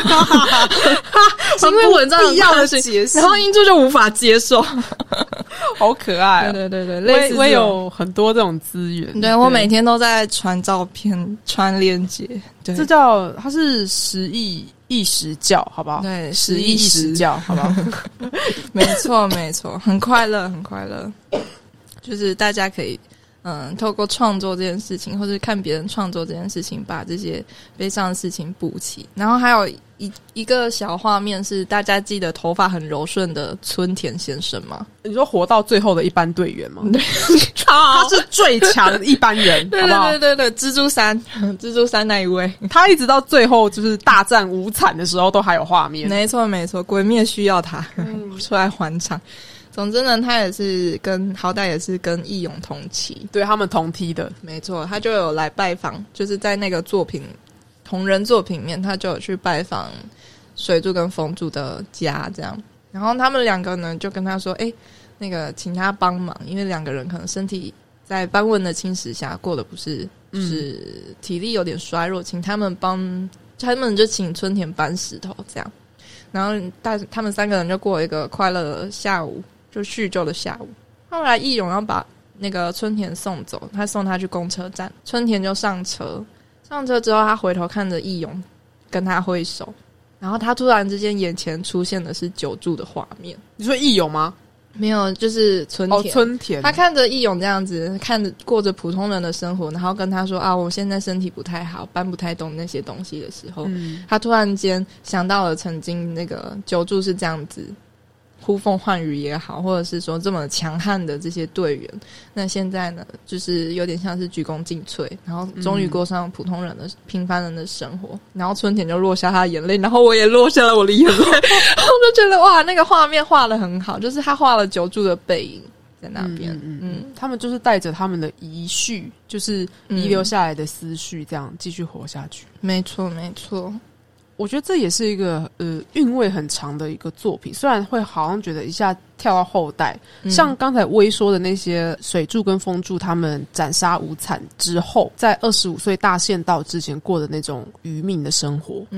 因为文章必要的解释， 然后英柱就无法接受好可爱对，类似我也有很多这种资源， 对，我每天都在传照片传链接，对， 这叫它是10亿意识教好不好？ 对 ，10亿意识教好不好？ 没错，很快乐，就是大家可以透过创作这件事情，或者看别人创作这件事情，把这些悲伤的事情补齐。然后还有一个小画面是大家记得头发很柔顺的村田先生吗？ 你说活到最后的一般队员吗？对，他是最强的一般人，好不好？ 对，蜘蛛山那一位， 他一直到最后就是大战无惨的时候都还有画面。 没错，鬼灭需要他出来还场。总之呢，他也是好歹也是跟义勇同期， 对他们同梯的， 没错，他就有来拜访，就是在那个同人作品里面，他就有去拜访水柱跟风柱的家，这样。然后他们两个呢，就跟他说：“那个请他帮忙，因为两个人可能身体在斑纹的侵蚀下过得不是，就是体力有点衰弱，请他们他们就请春田搬石头这样。然后他们三个人就过了一个快乐的下午。”就叙旧的下午，后来义勇要把那个春田送走，他送他去公车站，春田就上车之后，他回头看着义勇，跟他挥手，然后他突然之间眼前出现的是久住的画面。 你说义勇吗？ 没有，就是春田。 春田， 他看着义勇这样子，过着普通人的生活，然后跟他说我现在身体不太好，搬不太动那些东西的时候，他突然间想到了曾经那个久住是这样子。呼风唤雨也好，或者是说这么强悍的这些队员，那现在呢，就是有点像是鞠躬尽瘁，然后终于过上普通人的平凡人的生活，然后春田就落下他的眼泪，然后我也落下了我的眼泪，我就觉得哇，那个画面画得很好，就是他画了久住的背影在那边， 他们就是带着他们的遗绪，就是遗留下来的思绪，这样继续活下去。 没错。 我觉得这也是一个韵味很长的一个作品，虽然会好像觉得一下跳到后代，像刚才微说的那些水柱跟风柱他们斩杀无惨之后，在25岁大限到之前过的那种渔民的生活，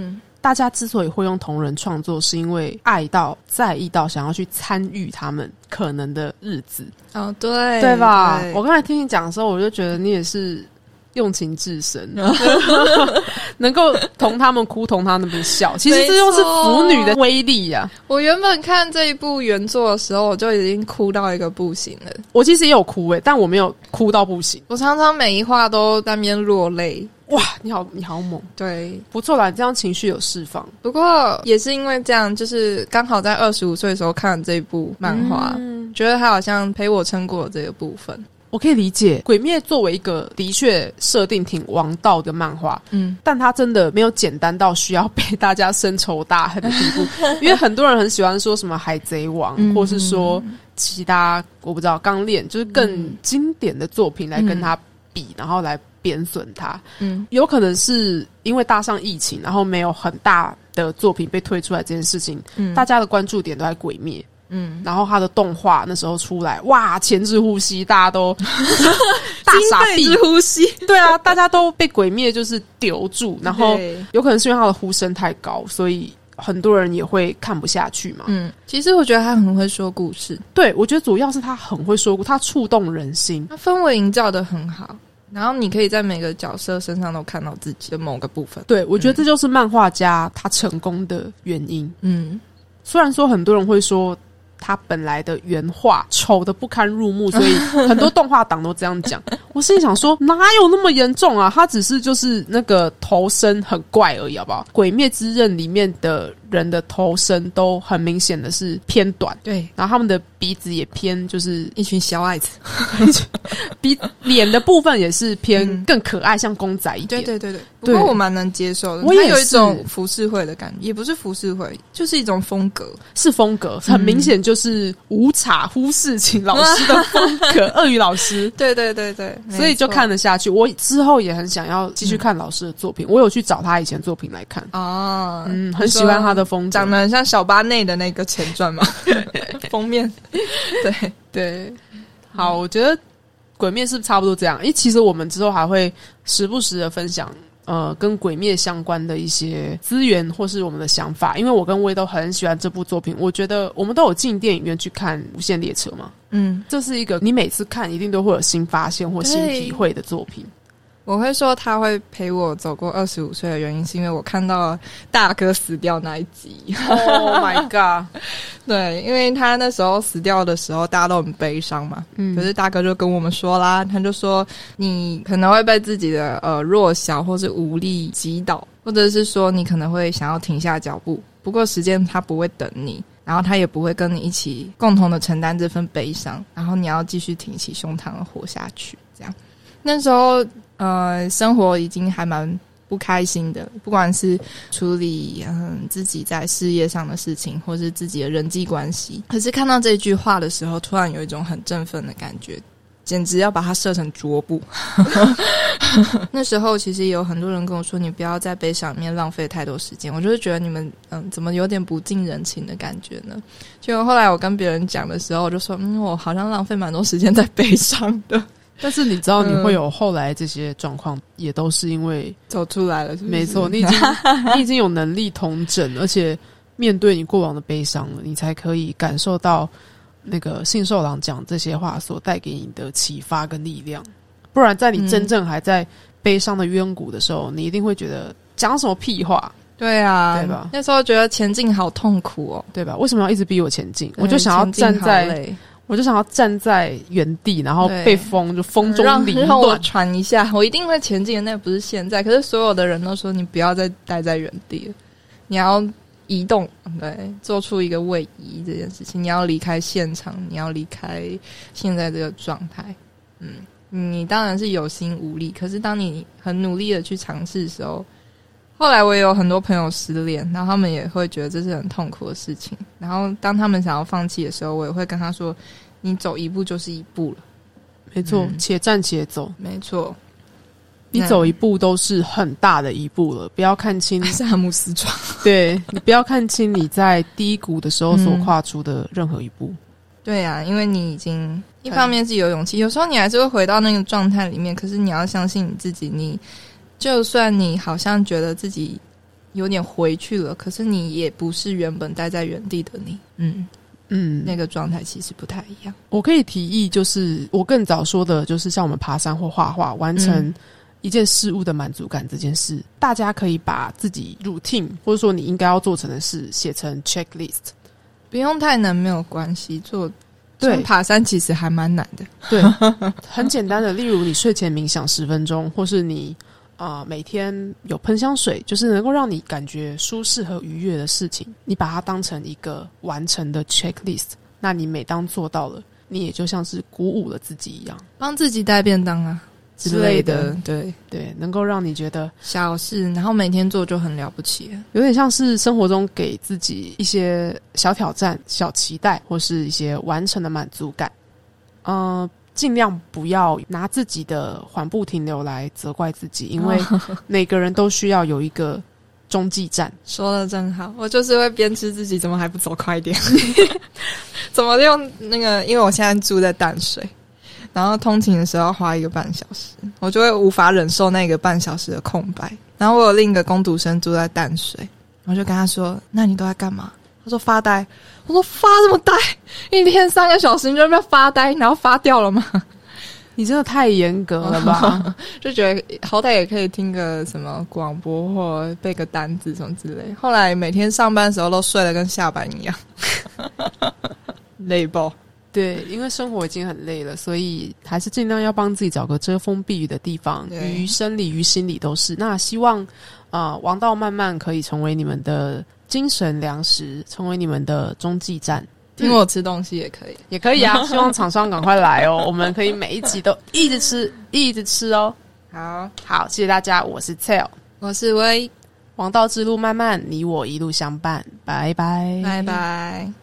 大家之所以会用同人创作，是因为爱到在意到想要去参与他们可能的日子。 哦，对， 对吧？ 对， 我刚才听你讲的时候，我就觉得你也是用情至深，能够同他们哭，同他们笑。其实这就是腐女的威力呀！ 我原本看这一部原作的时候，我就已经哭到一个不行了。 我其实也有哭但我没有哭到不行。 我常常每一话都在那边落泪。 哇，你好猛！ 对， 不错啦，你这样情绪有释放。 不过也是因为这样，就是刚好在25岁的时候看了这一部漫画，觉得他好像陪我撑过了这个部分。 我可以理解，鬼灭作为一个的确设定挺王道的漫画，但它真的没有简单到需要被大家深仇大恨的地步。因为很多人很喜欢说什么海贼王，或是说其他我不知道钢炼，就是更经典的作品来跟它比，然后来贬损它。有可能是因为搭上疫情，然后没有很大的作品被推出来这件事情，大家的关注点都在鬼灭。然后他的动画那时候出来，哇，前置呼吸，大家都大傻逼， 前置呼吸， 对啊，大家都被鬼灭就是丢住，然后有可能是因为他的呼声太高，所以很多人也会看不下去嘛。 其实我觉得他很会说故事， 对，我觉得主要是他很会说故事，他触动人心， 他氛围营造得很好。然后你可以在每个角色身上都看到自己的某个部分。 对，我觉得这就是漫画家他成功的原因。虽然说很多人会说他本来的原画丑的不堪入目，所以很多动画党都这样讲。我心里想说，哪有那么严重啊？他只是就是那个头身很怪而已，好不好？《鬼灭之刃》里面的人的头身都很明显的是偏短， 对， 然后他们的鼻子也偏就是一群小矮子， 脸的部分也是偏更可爱，像公仔一点。 对。不过我蛮能接受的， 我也是， 它有一种浮世绘的感觉，也不是浮世绘，就是一种风格， 是风格，很明显就是无茶忽视情老师的风格，鳄鱼老师。 对， 所以就看得下去。我之后也很想要继续看老师的作品，我有去找他以前作品来看。很喜欢他的风格， 长得很像小巴内的那个前传嘛，封面。 对，好，我觉得鬼灭是不是差不多这样？因为其实我们之后还会时不时的分享跟鬼灭相关的一些资源或是我们的想法，因为我跟威都很喜欢这部作品，我觉得我们都有进电影院去看《无限列车》嘛，这是一个你每次看一定都会有新发现或新体会的作品。 我会说他会陪我走过25岁的原因，是因为我看到了大哥死掉那一集。 Oh my god！ 对，因为他那时候死掉的时候，大家都很悲伤嘛。可是大哥就跟我们说啦，他就说你可能会被自己的弱小或是无力击倒，或者是说你可能会想要停下脚步，不过时间他不会等你。然后他也不会跟你一起共同的承担这份悲伤，然后你要继续挺起胸膛的活下去。这样，那时候生活已经还蛮不开心的，不管是处理自己在事业上的事情，或是自己的人际关系。可是看到这句话的时候，突然有一种很振奋的感觉，简直要把它设成桌布。那时候其实也有很多人跟我说，你不要在悲伤里面浪费太多时间。我就是觉得你们怎么有点不近人情的感觉呢？结果后来我跟别人讲的时候，我就说我好像浪费蛮多时间在悲伤的。 但是你知道你会有后来这些状况，也都是因为走出来了是不是？ 没错，你已经有能力统整，而且面对你过往的悲伤了，你才可以感受到那个信受郎讲这些话所带给你的启发跟力量。不然在你真正还在悲伤的渊谷的时候，你一定会觉得讲什么屁话。 对啊， 对吧？ 那时候觉得前进好痛苦哦， 对吧？为什么要一直逼我前进？我就想要站在原地，然后被风中凌乱。 让我喘一下，我一定会前进的。那不是现在，可是所有的人都说你不要再待在原地了，你要移动，对，做出一个位移这件事情，你要离开现场，你要离开现在这个状态。你当然是有心无力，可是当你很努力的去尝试的时候，后来我也有很多朋友失恋，然后他们也会觉得这是很痛苦的事情，然后当他们想要放弃的时候，我也会跟他说，你走一步就是一步了。 没错，且战且走。 没错， 你走一步都是很大的一步了，不要看清萨姆斯壮。 对，你不要看清你在低谷的时候所跨出的任何一步。 对啊，因为你已经一方面是有勇气，有时候你还是会回到那个状态里面，可是你要相信你自己，你就算你好像觉得自己有点回去了，可是你也不是原本待在原地的你。那个状态其实不太一样。 我可以提议，就是我更早说的，就是像我们爬山或画画，完成一件事物的满足感这件事，大家可以把自己 routine 或者说你应该要做成的事写成 checklist， 不用太难，没有关系。 对， 爬山其实还蛮难的。 对，很简单的，例如你睡前冥想10分钟，或是你每天有喷香水，就是能够让你感觉舒适和愉悦的事情，你把它当成一个完成的 checklist， 那你每当做到了，你也就像是鼓舞了自己一样， 帮自己带便当啊之类的。对， 能够让你觉得小事，然后每天做就很了不起了， 有点像是生活中给自己一些小挑战、小期待，或是一些完成的满足感。尽量不要拿自己的缓步停留来责怪自己，因为每个人都需要有一个中继站。 说得真好，我就是会鞭笞自己怎么还不走快一点怎么用那个，因为我现在住在淡水，然后通勤的时候要花1个半小时，我就会无法忍受那个半小时的空白。然后我有另一个工读生住在淡水，我就跟他说，那你都在干嘛？他说发呆。我说发这么呆，一天3个小时你就要发呆，然后发掉了吗？ 你真的太严格了吧就觉得好歹也可以听个什么广播或背个单字什么之类。后来每天上班的时候都睡得跟下班一样累爆。 对，因为生活已经很累了，所以还是尽量要帮自己找个遮风避雨的地方，于生理于心理都是。那希望王道漫漫可以成为你们的精神粮食，成为你们的中继站。 听我吃东西也可以， 也可以啊！希望厂商赶快来哦，我们可以每一集都一直吃哦。好，谢谢大家，我是 Tail， 我是薇， 王道之路漫漫，你我一路相伴，拜拜， 拜拜。